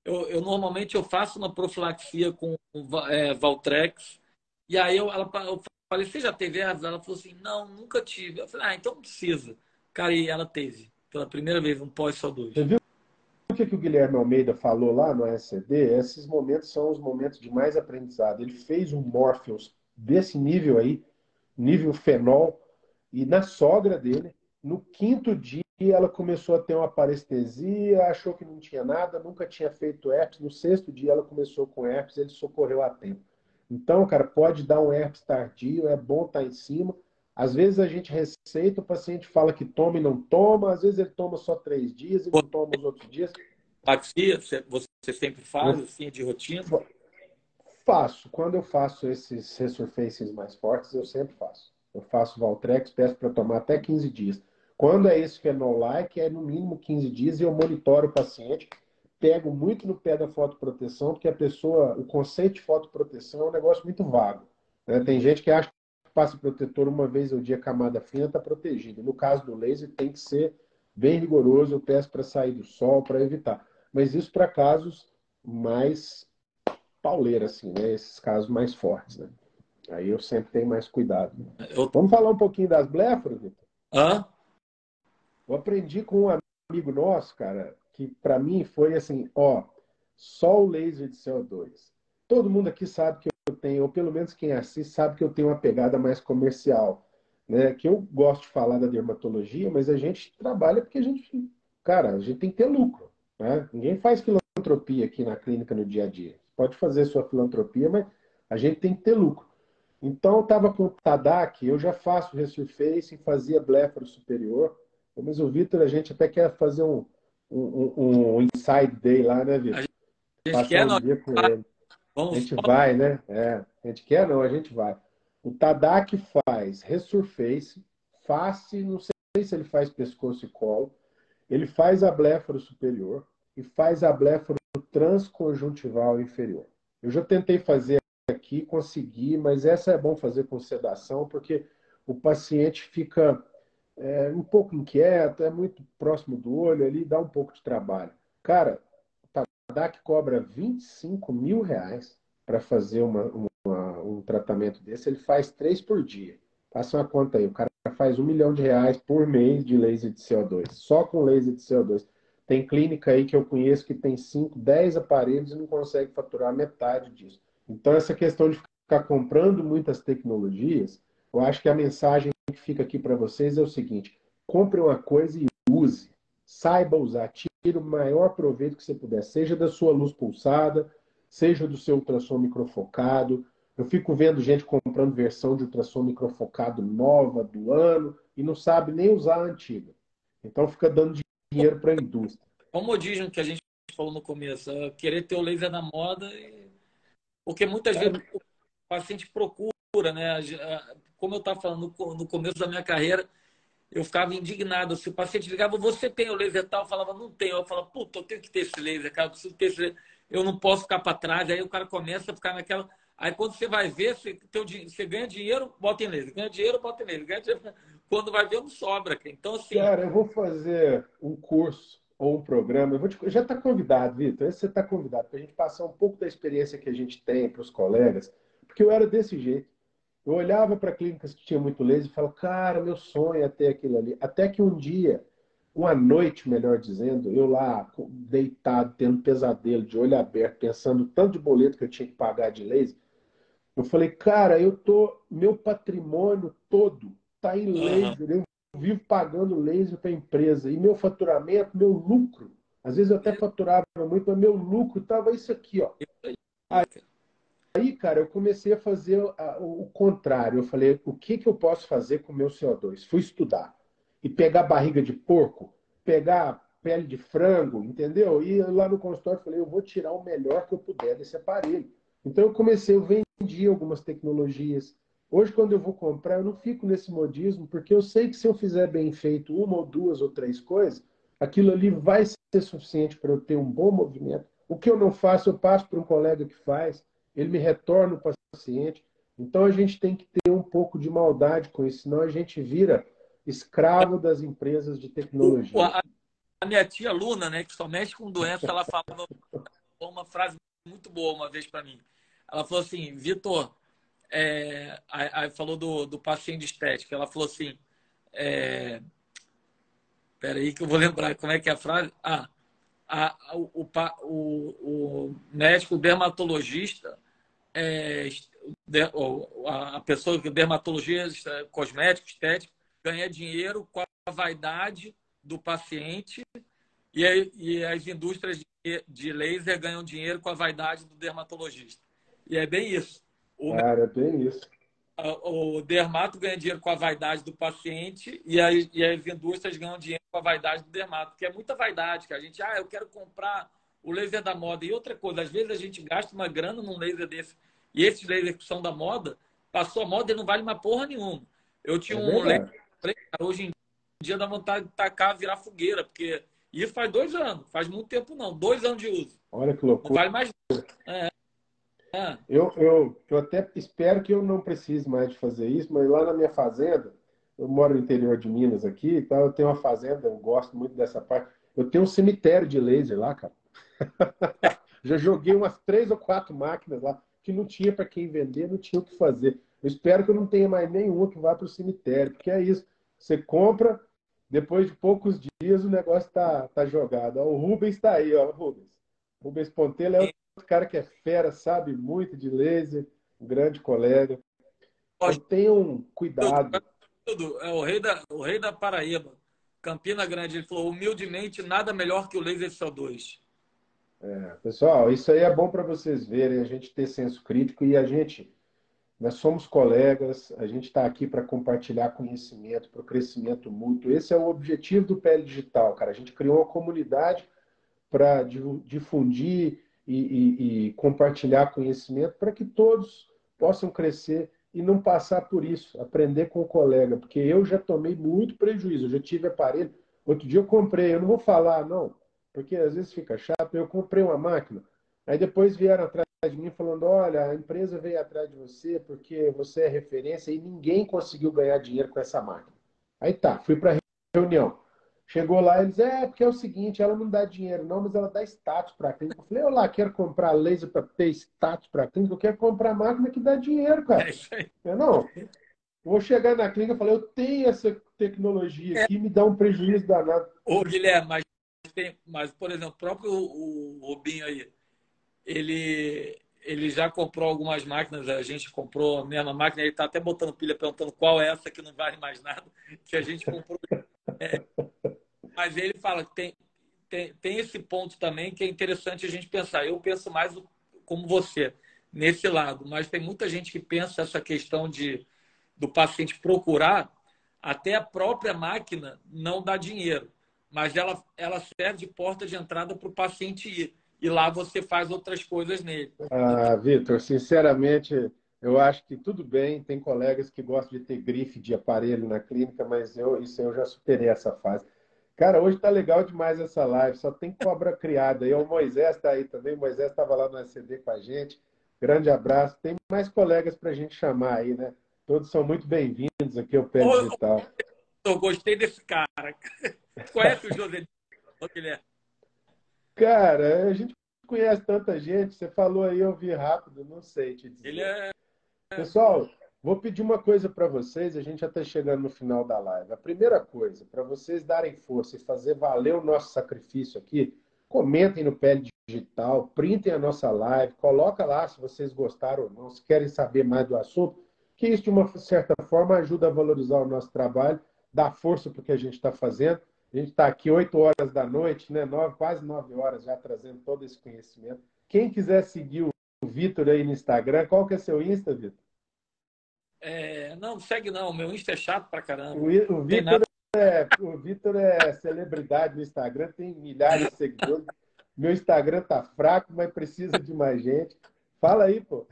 Normalmente eu faço uma profilaxia com Valtrex. E aí eu falei, você já teve herpes? Ela falou assim, não, nunca tive. Eu falei, então não precisa. Cara, e ela teve. Pela primeira vez, um Você pós-SO2. viu o que o Guilherme Almeida falou lá no SCD? Esses momentos são os momentos de mais aprendizado. Ele fez um Morpheus desse nível aí, nível fenol, e na sogra dele, no quinto dia, ela começou a ter uma parestesia, achou que não tinha nada, nunca tinha feito herpes. No sexto dia, ela começou com herpes, ele socorreu a tempo. Então, cara, pode dar um herpes tardio, é bom estar em cima. Às vezes a gente receita, o paciente fala que toma e não toma, às vezes ele toma só 3 dias e não toma os outros dias. Profilaxia, você sempre Eu faz, assim, de rotina? faço. Quando eu faço esses resurfaces mais fortes, eu sempre faço. Eu faço Valtrex, peço para tomar até 15 dias. Quando é esse fenol-like, é no mínimo 15 dias e eu monitoro o paciente. Pego muito no pé da fotoproteção, porque a pessoa, o conceito de fotoproteção é um negócio muito vago, né? Tem gente que acha que passa protetor uma vez ao dia, camada fina, está protegido. No caso do laser, tem que ser bem rigoroso. Eu peço para sair do sol, para evitar. Mas isso para casos mais pauleira, assim, né? Esses casos mais fortes, né? Aí eu sempre tenho mais cuidado. Eu, Vamos falar um pouquinho das blefaras, Vitor? hã? Eu aprendi com um amigo nosso, cara, que para mim foi assim, ó, só o laser de CO2. Todo mundo aqui sabe que eu tenho, ou pelo menos quem assiste sabe que eu tenho uma pegada mais comercial, né? Que eu gosto de falar da dermatologia, mas a gente trabalha porque a gente, cara, a gente tem que ter lucro, né? Ninguém faz filantropia aqui na clínica no dia a dia. Pode fazer sua filantropia, mas a gente tem que ter lucro. Então, eu estava com o Tadak, eu já faço resurfacing, fazia blefaro superior, mas o Vitor, a gente até quer fazer um inside day lá, né, A Vitor? gente Passar quer, um nós dia com ele. A vamos. gente vai, né? É, a gente quer não, a gente vai. O Tadak faz resurface, face, não sei se ele faz pescoço e colo, ele faz a blefaro superior e faz a blefaro transconjuntival inferior. Eu já tentei fazer aqui, consegui, mas essa é bom fazer com sedação, porque o paciente fica um pouco inquieto, é muito próximo do olho ali, dá um pouco de trabalho. Cara, o Tadak cobra R$ 25.000 para fazer um tratamento desse, ele faz 3 por dia. Passa uma conta aí, o cara faz R$ 1 milhão por mês de laser de CO2, só com laser de CO2. Tem clínica aí que eu conheço que tem 5, 10 aparelhos e não consegue faturar metade disso. Então, essa questão de ficar comprando muitas tecnologias, eu acho que a mensagem que fica aqui para vocês é o seguinte: compre uma coisa e use. Saiba usar, tire o maior proveito que você puder, seja da sua luz pulsada, seja do seu ultrassom microfocado. Eu fico vendo gente comprando versão de ultrassom microfocado nova do ano e não sabe nem usar a antiga. Então fica dando dinheiro para a indústria. Como o modismo que a gente falou no começo, querer ter o laser na moda, porque muitas vezes Cara, o paciente procura, né? Como eu estava falando no começo da minha carreira, eu ficava indignado. Se o paciente ligava, você tem o laser tal? Eu falava, não tenho. Eu falava, puta, eu tenho que ter esse laser, cara, eu preciso ter esse laser. Eu não posso ficar para trás. Aí o cara começa a ficar naquela. Aí quando você vai ver, você ganha dinheiro, bota em laser. Ganha dinheiro, bota em laser. Ganha dinheiro. Quando vai ver, não sobra. Então, assim, eu vou fazer um curso ou um programa. Já está convidado, Vitor. Esse você está convidado para a gente passar um pouco da experiência que a gente tem para os colegas, porque eu era desse jeito. Eu olhava para clínicas que tinham muito laser e falava, cara, meu sonho é ter aquilo ali. Até que um dia, uma noite, melhor dizendo, eu lá deitado, tendo pesadelo, de olho aberto, pensando tanto de boleto que eu tinha que pagar de laser, eu falei, cara, meu patrimônio todo está em aham. laser. Eu vivo pagando laser para a empresa. E meu faturamento, meu lucro, às vezes eu até faturava muito, mas meu lucro estava isso aqui, ó. Aí, cara, eu comecei a fazer o contrário. Eu falei, o que que eu posso fazer com o meu CO2? Fui estudar. E pegar barriga de porco, pegar pele de frango, entendeu? E lá no consultório eu falei, eu vou tirar o melhor que eu puder desse aparelho. Então eu comecei, eu vendi algumas tecnologias. Hoje, quando eu vou comprar, eu não fico nesse modismo, porque eu sei que se eu fizer bem feito uma ou duas ou três coisas, aquilo ali vai ser suficiente para eu ter um bom movimento. O que eu não faço, eu passo para um colega que faz, ele me retorna o paciente. Então a gente tem que ter um pouco de maldade com isso, senão a gente vira escravo das empresas de O- tecnologia. a, a minha tia Luna, né, que só mexe com doença, ela falava, frase muito boa uma vez para mim. Ela falou assim, Vitor, aí falou do paciente estético. Ela falou assim, peraí que eu vou lembrar como é que é a frase. O médico dermatologista, a pessoa que dermatologista, cosmético, estético, ganha dinheiro com a vaidade do paciente e as indústrias de laser ganham dinheiro com a vaidade do dermatologista. E é bem isso. Cara, é bem isso. O dermato ganha dinheiro com a vaidade do paciente e as indústrias ganham dinheiro com a vaidade do dermato, porque é muita vaidade, que a gente, eu quero comprar o laser da moda. E outra coisa, às vezes a gente gasta uma grana num laser desse, e esses lasers que são da moda, passou a moda e não vale uma porra nenhuma. Eu tinha um laser, hoje em dia dá vontade de tacar, virar fogueira, porque isso faz 2 anos, faz muito tempo não, 2 anos de uso. Olha que loucura. Não vale mais. Eu até espero que eu não precise mais de fazer isso, mas lá na minha fazenda, eu moro no interior de Minas aqui, então eu tenho uma fazenda, eu gosto muito dessa parte. Eu tenho um cemitério de laser lá, cara. Já joguei umas 3 ou 4 máquinas lá que não tinha para quem vender, não tinha o que fazer. Eu espero que eu não tenha mais nenhuma que vá para o cemitério, porque é isso. Você compra, depois de poucos dias o negócio tá jogado. Ó, o Rubens está aí, ó, Rubens. Rubens Pontelho é outro cara que é fera, sabe muito de laser, um grande colega. Então tenham cuidado. É o rei da Paraíba, Campina Grande. Ele falou, humildemente, nada melhor que o laser CO2. Pessoal, isso aí é bom para vocês verem, a gente ter senso crítico e nós somos colegas, a gente está aqui para compartilhar conhecimento, para o crescimento mútuo. Esse é o objetivo do PL Digital, cara. A gente criou uma comunidade para difundir e compartilhar conhecimento para que todos possam crescer e não passar por isso, aprender com o colega, porque eu já tomei muito prejuízo, eu já tive aparelho. Outro dia eu comprei, eu não vou falar, não, porque às vezes fica chato. Eu comprei uma máquina, aí depois vieram atrás de mim falando: olha, a empresa veio atrás de você porque você é referência e ninguém conseguiu ganhar dinheiro com essa máquina. Aí tá, fui para a reunião. Chegou lá, eles, porque é o seguinte, ela não dá dinheiro não, mas ela dá status para a clínica. Eu falei, eu lá quero comprar laser para ter status para a clínica, eu quero comprar máquina que dá dinheiro, cara. Não, eu vou chegar na clínica e falar, eu tenho essa tecnologia aqui, me dá um prejuízo danado. Ô, Guilherme, mas, por exemplo, o próprio o Rubinho aí, ele já comprou algumas máquinas, a gente comprou a mesma máquina, ele está até botando pilha, perguntando qual é essa que não vale mais nada, que a gente comprou. Mas ele fala que tem esse ponto também que é interessante a gente pensar. Eu penso mais como você, nesse lado, mas tem muita gente que pensa essa questão do paciente procurar, até a própria máquina não dá dinheiro, mas ela serve de porta de entrada para o paciente ir. E lá você faz outras coisas nele. Vitor, sinceramente, eu acho que tudo bem. Tem colegas que gostam de ter grife de aparelho na clínica, mas eu já superei essa fase. Cara, hoje tá legal demais essa live, só tem cobra criada. E o Moisés está aí também, o Moisés estava lá no SCD com a gente. Grande abraço. Tem mais colegas para a gente chamar aí, né? Todos são muito bem-vindos aqui ao Pé Digital. Eu gostei desse cara. Conhece o José Guilherme? Cara, a gente conhece tanta gente. Você falou aí, eu vi rápido, não sei te dizer. Pessoal, vou pedir uma coisa para vocês, a gente já está chegando no final da live. A primeira coisa, para vocês darem força e fazer valer o nosso sacrifício aqui, comentem no Pele Digital, printem a nossa live, coloca lá se vocês gostaram ou não, se querem saber mais do assunto, que isso, de uma certa forma, ajuda a valorizar o nosso trabalho, dá força para o que a gente está fazendo. A gente está aqui 8 horas da noite, né? Quase 9 horas já trazendo todo esse conhecimento. Quem quiser seguir o Vitor aí no Instagram, qual que é seu Insta, Vitor? Não, segue não. O meu Insta é chato pra caramba. O Vitor é celebridade no Instagram, tem milhares de seguidores. Meu Instagram tá fraco, mas precisa de mais gente. Fala aí, pô.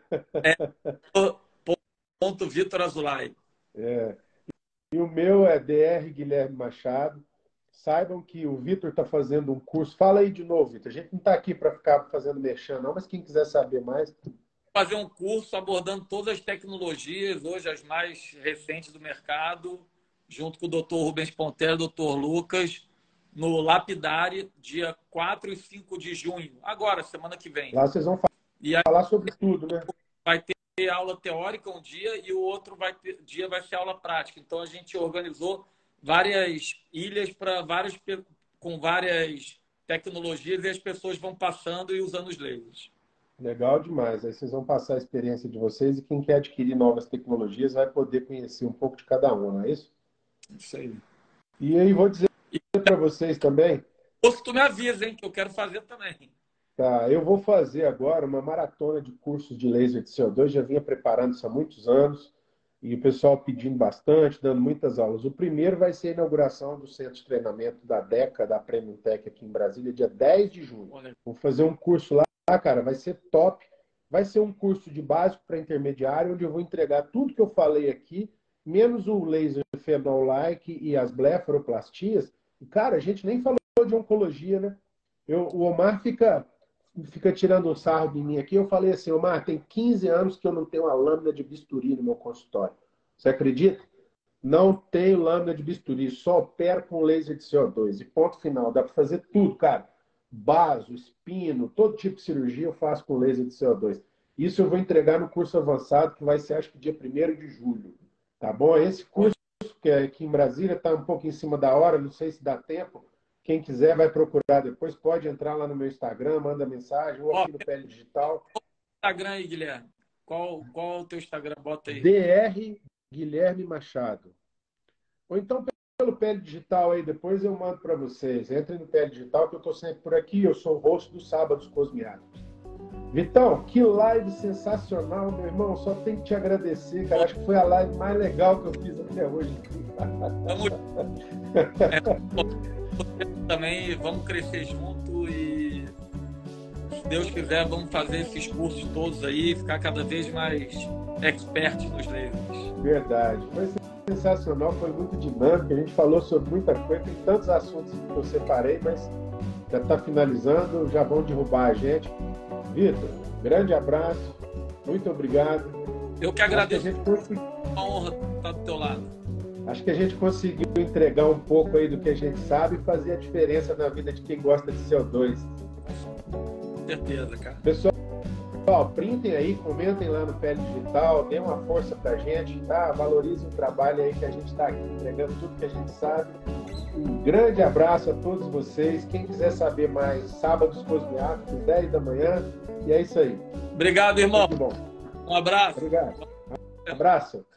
Ponto Vitor Azulay. E o meu é DR Guilherme Machado. Saibam que o Vitor está fazendo um curso. Fala aí de novo, Vitor. A gente não está aqui para ficar fazendo merchan, não, mas quem quiser saber mais. Fazer um curso abordando todas as tecnologias, hoje as mais recentes do mercado, junto com o Dr. Rubens Pontello, Dr. Lucas. no Lapidare, dia 4 e 5 de junho, agora, semana que vem. Lá vocês vão E aí falar sobre tudo, né? vai ter aula teórica um dia e o outro dia vai ser aula prática. Então, a gente organizou várias ilhas com várias tecnologias e as pessoas vão passando e usando os lasers. Legal demais. Aí vocês vão passar a experiência de vocês e quem quer adquirir novas tecnologias vai poder conhecer um pouco de cada uma, não é isso? Isso aí. E aí vou dizer para vocês também. Ou se tu me avisa, hein, que eu quero fazer também. Tá, eu vou fazer agora uma maratona de cursos de laser de CO2. Já vinha preparando isso há muitos anos e o pessoal pedindo bastante, dando muitas aulas. O primeiro vai ser a inauguração do centro de treinamento da DECA, da Premium Tech aqui em Brasília, dia 10 de junho. Vou fazer um curso lá, cara, vai ser top. Vai ser um curso de básico para intermediário, onde eu vou entregar tudo que eu falei aqui, menos o laser Phenol-like e as blefaroplastias. E, cara, a gente nem falou de oncologia, né? O Omar fica tirando um sarro de mim aqui. Eu falei assim, Omar, tem 15 anos que eu não tenho uma lâmina de bisturi no meu consultório. Você acredita? Não tenho lâmina de bisturi, só opero com laser de CO2. E ponto final. Dá para fazer tudo, cara. Baso, espino, todo tipo de cirurgia eu faço com laser de CO2. Isso eu vou entregar no curso avançado, que vai ser, acho que, dia 1º de julho. Tá bom? Esse curso, que é aqui em Brasília, está um pouco em cima da hora, não sei se dá tempo. Quem quiser vai procurar depois, pode entrar lá no meu Instagram, manda mensagem, ou aqui no Pele Digital. Qual o Instagram aí, Guilherme? Qual o teu Instagram? Bota aí. DR Guilherme Machado. Ou então pelo Pele Digital aí, depois eu mando para vocês. Entrem no Pele Digital, que eu estou sempre por aqui. Eu sou o host dos Sábados Cosmiáticos. Vitão, que live sensacional, meu irmão. Só tenho que te agradecer, cara. Acho que foi a live mais legal que eu fiz até hoje. Também vamos crescer junto e, se Deus quiser, vamos fazer esses cursos todos aí, ficar cada vez mais expert nos lasers. Verdade. Foi sensacional, foi muito dinâmico. A gente falou sobre muita coisa. Tem tantos assuntos que eu separei, mas já está finalizando. Já vão derrubar a gente. Vitor, grande abraço. Muito obrigado. Eu que agradeço. É uma honra estar do teu lado. Acho que a gente conseguiu entregar um pouco aí do que a gente sabe e fazer a diferença na vida de quem gosta de CO2. Com certeza, cara. Pessoal, printem aí, comentem lá no Pele Digital, dê uma força pra gente, tá? Valorizem o trabalho aí que a gente está aqui entregando tudo que a gente sabe. Um grande abraço a todos vocês. Quem quiser saber mais, Sábados Cosmiáticos, 10 da manhã. E é isso aí. Obrigado, irmão. Muito bom. Um abraço. Obrigado. Um abraço.